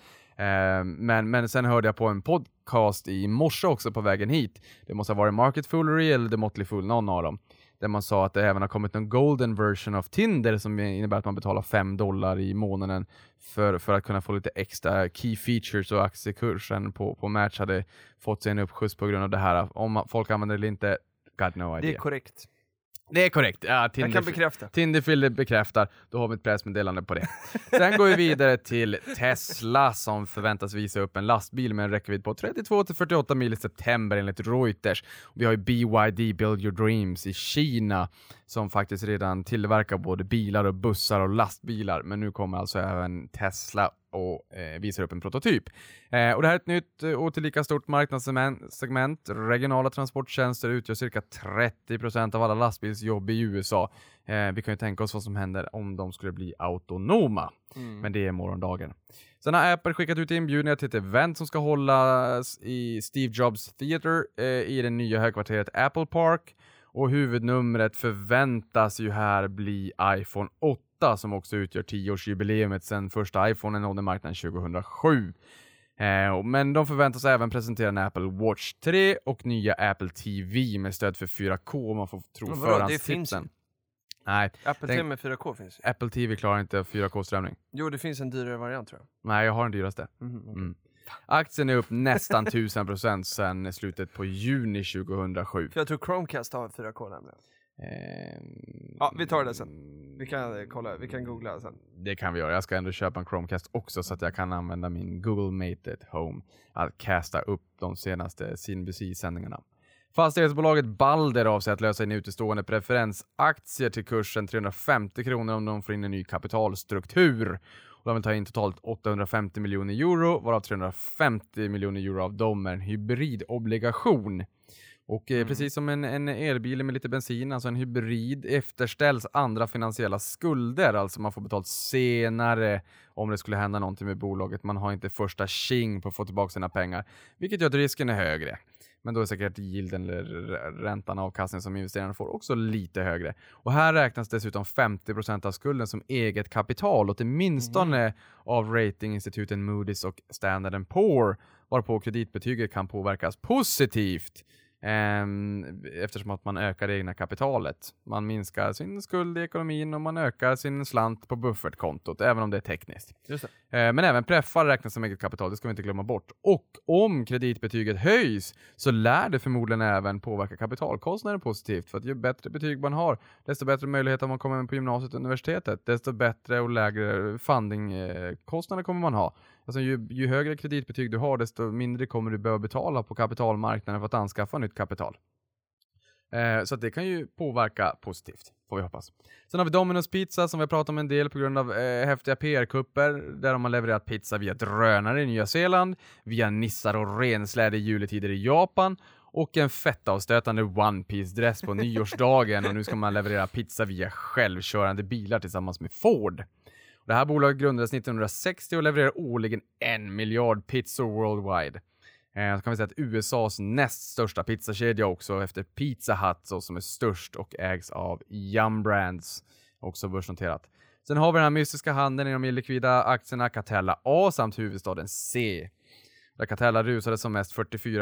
C: Men sen hörde jag på en podcast i morse också på vägen hit. Det måste ha varit Market Foolery eller The Motley Fool, någon av dem, där man sa att det även har kommit en golden version av Tinder, som innebär att man betalar $5 i månaden för att kunna få lite extra key features, och aktiekursen på Match hade fått sig en uppskjuts på grund av det här. Om folk använder det eller inte, got no idea.
B: Det är korrekt.
C: Det är korrekt. Ja,
B: jag kan bekräfta.
C: Tinderfiller bekräftar. Då har vi ett pressmeddelande på det. Sen går vi vidare till Tesla, som förväntas visa upp en lastbil med en räckvidd på 32-48 mil i september enligt Reuters. Vi har ju BYD Build Your Dreams i Kina, som faktiskt redan tillverkar både bilar och bussar och lastbilar. Men nu kommer alltså även Tesla och visar upp en prototyp. Och det här är ett nytt och tillika stort marknadssegment. Regionala transporttjänster utgör cirka 30% av alla lastbilsjobb i USA. Vi kan ju tänka oss vad som händer om de skulle bli autonoma. Men det är morgondagen. Sen har Apple skickat ut inbjudningar till ett event som ska hållas i Steve Jobs Theater i det nya högkvarteret Apple Park. Och huvudnumret förväntas ju här bli iPhone 8, som också utgör 10-årsjubileumet sedan första iPhone nådde marknaden 2007. Men de förväntas även presentera en Apple Watch 3 och nya Apple TV med stöd för 4K, om man får tro förhandstipsen. Nej,
B: Apple TV med 4K finns ju.
C: Apple TV klarar inte 4K-strömning.
B: Jo, det finns en dyrare variant, tror jag.
C: Nej, jag har den dyraste. Aktien är upp nästan 1000% sedan slutet på juni 2007.
B: För jag tror Chromecast har 4K nämligen. Ja, vi tar det sen. Vi kan googla sen.
C: Det kan vi göra. Jag ska ändå köpa en Chromecast också, så att jag kan använda min Google Mate at Home att casta upp de senaste CNBC-sändningarna. Fastighetsbolaget Balder avser att lösa in utestående preferensaktier till kursen 350 kronor om de får in en ny kapitalstruktur. Och de vill ta in totalt 850 miljoner euro, varav 350 miljoner euro av dem är en hybridobligation. Och precis som en elbil med lite bensin, alltså en hybrid, efterställs andra finansiella skulder. Alltså man får betalt senare om det skulle hända någonting med bolaget. Man har inte första tjing på att få tillbaka sina pengar, vilket gör att risken är högre. Men då är säkert yielden eller räntan av avkastningen som investerarna får också lite högre. Och här räknas dessutom 50% av skulden som eget kapital, och åtminstone av ratinginstituten Moody's och Standard & Poor, varpå kreditbetyget kan påverkas positivt. Eftersom att man ökar det egna kapitalet. Man minskar sin skuld i ekonomin och man ökar sin slant på buffertkontot, även om det är tekniskt.
B: Just
C: Men även preffar räknas som eget kapital, det ska vi inte glömma bort. Och om kreditbetyget höjs så lär det förmodligen även påverka kapitalkostnaden positivt. För att ju bättre betyg man har, desto bättre möjlighet att man kommer in på gymnasiet och universitetet. Desto bättre och lägre fundingkostnader kommer man ha. Alltså ju högre kreditbetyg du har, desto mindre kommer du behöva betala på kapitalmarknaden för att anskaffa nytt kapital. Så att det kan ju påverka positivt, får vi hoppas. Sen har vi Domino's Pizza som vi har pratat om en del på grund av häftiga PR-kupper. Där har man levererat pizza via drönare i Nya Zeeland, via nissar och rensläde i juletider i Japan och en fettavstötande One Piece-dress på nyårsdagen. Och nu ska man leverera pizza via självkörande bilar tillsammans med Ford. Det här bolaget grundades 1960 och levererar årligen 1 miljard pizzor worldwide. Så kan vi säga att USAs näst största pizzakedja också efter Pizza Hut som är störst och ägs av Yum Brands, också börsnoterat. Sen har vi den här mystiska handeln i de illikvida aktierna Catella A samt huvudstaden C. Där Catella rusade som mest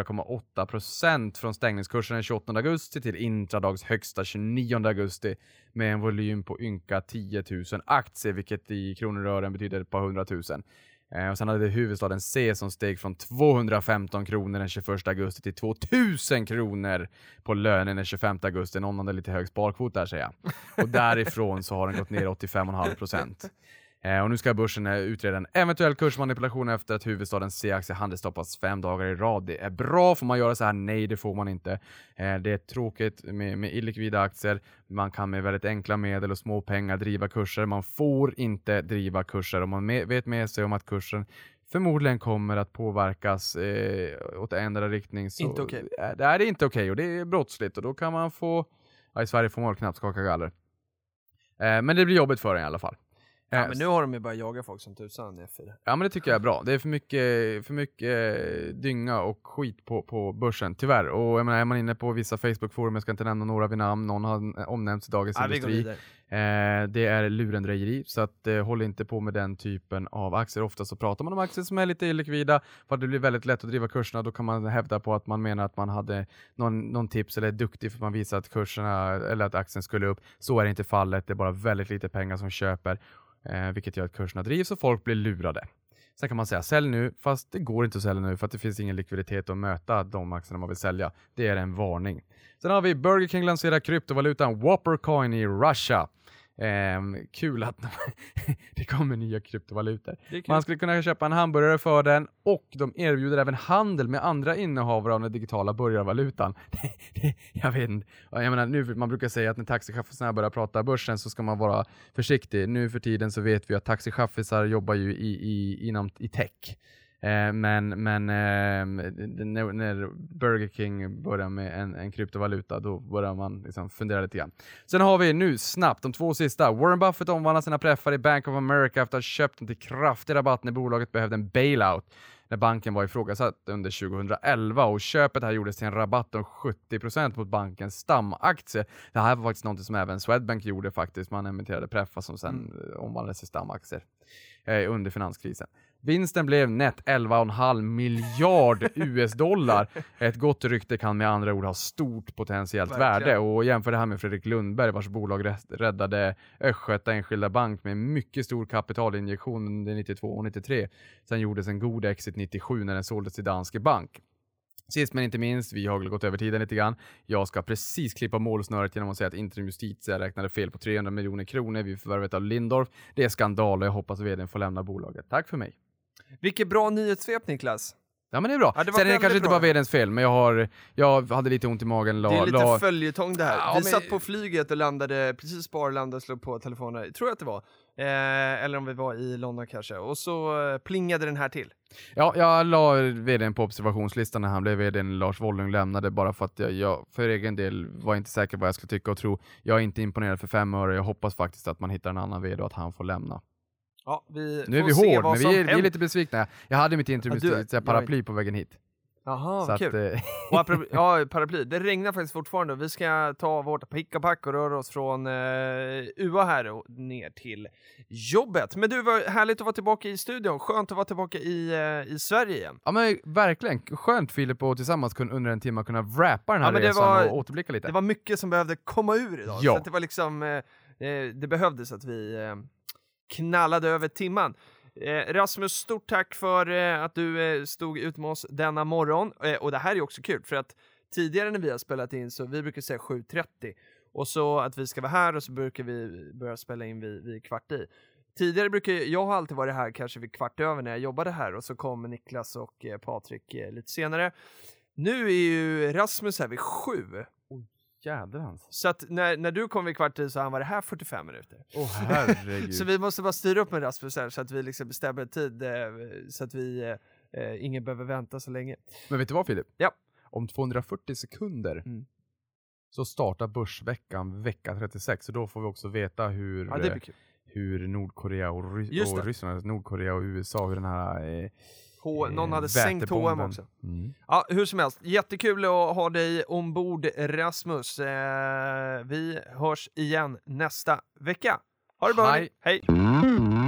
C: 44,8% från stängningskursen den 28 augusti till intradags högsta 29 augusti med en volym på ynka 10 000 aktier, vilket i kronor och ören betyder ett par 100 000. Och sen hade vi huvudstaden C som steg från 215 kronor den 21 augusti till 2000 kronor på lönen den 25 augusti. Någon hade lite hög sparkvot där, säger jag. Och därifrån så har den gått ner 85,5%. Och nu ska börsen utreda en eventuell kursmanipulation efter att huvudstaden C-aktie handelstoppas 5 dagar i rad. Det är bra, får man göra så här? Nej, det får man inte. Det är tråkigt med illikvida aktier. Man kan med väldigt enkla medel och små pengar driva kurser. Man får inte driva kurser om man vet med sig om att kursen förmodligen kommer att påverkas åt en eller riktning. Så
B: inte okej.
C: Det är inte okej och det är brottsligt och då kan man få, i Sverige får man knappt skaka galler. Men det blir jobbigt för en i alla fall.
B: Ja, men nu har de ju bara jagat folk som tusan i F4.
C: Ja, men det tycker jag är bra. Det är för mycket dynga och skit på börsen, tyvärr. Och jag menar, är man inne på vissa Facebook-forum, jag ska inte nämna några vid namn, någon har omnämnts i Dagens Industri. Det är lurendrejeri, så att håll inte på med den typen av aktier. Ofta så pratar man om aktier som är lite illikvida, för att det blir väldigt lätt att driva kurserna. Då kan man hävda på att man menar att man hade någon tips eller är duktig för att man visar att kurserna eller att aktien skulle upp. Så är det inte fallet, det är bara väldigt lite pengar som köper. Vilket gör att kurserna drivs och folk blir lurade. Sen kan man säga sälj nu, fast det går inte att sälja nu för att det finns ingen likviditet att möta de aktierna man vill sälja. Det är en varning. Sen har vi Burger King lanserar kryptovalutan Whopper Coin i Russia. Kul att det kommer nya kryptovalutor. Man skulle kunna köpa en hamburgare för den och de erbjuder även handel med andra innehavare av den digitala burgarvalutan. Jag vet inte. Jag menar, nu, man brukar säga att när taxichaffisarna börjar prata börsen så ska man vara försiktig. Nu för tiden så vet vi att taxichaffisar jobbar ju i tech. Men när Burger King börjar med en kryptovaluta, då börjar man liksom fundera lite grann. Sen har vi nu snabbt de 2 sista. Warren Buffett omvandlar sina preffar i Bank of America efter att ha köpt den till kraftig rabatt när bolaget behövde en bailout. När banken var ifrågasatt under 2011 och köpet här gjordes till en rabatt om 70% mot bankens stamaktie. Det här var faktiskt något som även Swedbank gjorde faktiskt. Man emitterade preffar som sen omvandlades till stamaktier under finanskrisen. Vinsten blev nätt 11,5 miljard US-dollar. Ett gott rykte kan med andra ord ha stort potentiellt värde. Och jämför det här med Fredrik Lundberg vars bolag räddade Östgöta Enskilda Bank med mycket stor kapitalinjektion under 92 och 93. Sen gjordes en god exit 97 när den såldes till Danske Bank. Sist men inte minst, vi har gått över tiden lite grann. Jag ska precis klippa målsnöret genom att säga att Intrum Justitia räknade fel på 300 miljoner kronor vid förvärvet av Lindorff. Det är skandal och jag hoppas att vdn får lämna bolaget. Tack för mig.
B: Vilket bra nyhetssvep, Niklas.
C: Ja, men det är bra.
B: Ja,
C: sen är det kanske inte bara vdns fel, men jag hade lite ont i magen.
B: Det är lite följetong det här.
C: Ja,
B: vi satt på flyget och landade, precis landade och slog på telefonen, tror jag att det var. Eller om vi var i London kanske. Och så plingade den här till.
C: Ja, jag la vdn på observationslistan när han blev vdn. Lars Wollung lämnade bara för att jag för egen del var inte säker på vad jag skulle tycka och tro. Jag är inte imponerad för 5 öre. Jag hoppas faktiskt att man hittar en annan vd och att han får lämna.
B: Ja,
C: nu är vi hård, men vi är lite besvikna. Jag hade mitt paraply på vägen hit.
B: Jaha,
C: Så
B: kul.
C: att,
B: Och ja, paraply. Det regnar faktiskt fortfarande. Vi ska ta vårt pick och pack och röra oss från UA här och ner till jobbet. Men du, var härligt att vara tillbaka i studion. Skönt att vara tillbaka i Sverige igen.
C: Ja men verkligen, skönt Filip och tillsammans under en timme kunna wrappa den här
B: men
C: resan och återblicka lite.
B: Det var mycket som behövde komma ur idag.
C: Ja.
B: Så att det var liksom, det behövdes att vi knallade över timman. Rasmus, stort tack för att du stod ut med oss denna morgon. Och det här är också kul, för att tidigare när vi har spelat in så vi brukar säga 7:30. Och så att vi ska vara här och så brukar vi börja spela in vid 7:15. Tidigare brukar jag har alltid varit här kanske vid 7:15 när jag jobbade här. Och så kommer Niklas och Patrik lite senare. Nu är ju Rasmus här vid 7.
C: Jädrans.
B: Så att när du kom vid 7:15 så han var det här 45 minuter.
C: Herregud.
B: Så vi måste bara styra upp med Rasmus här så att vi liksom bestämmer tid så att vi ingen behöver vänta så länge.
C: Men vet du vad Filip?
B: Ja.
C: Om 240 sekunder så startar börsveckan vecka 36. Så då får vi också veta hur Nordkorea och Ryssland, Nordkorea och USA, hur den här
B: någon hade sänkt HM också. Ja, hur som helst, jättekul att ha dig ombord, Rasmus. Vi hörs igen nästa vecka. Ha det bra. Hej.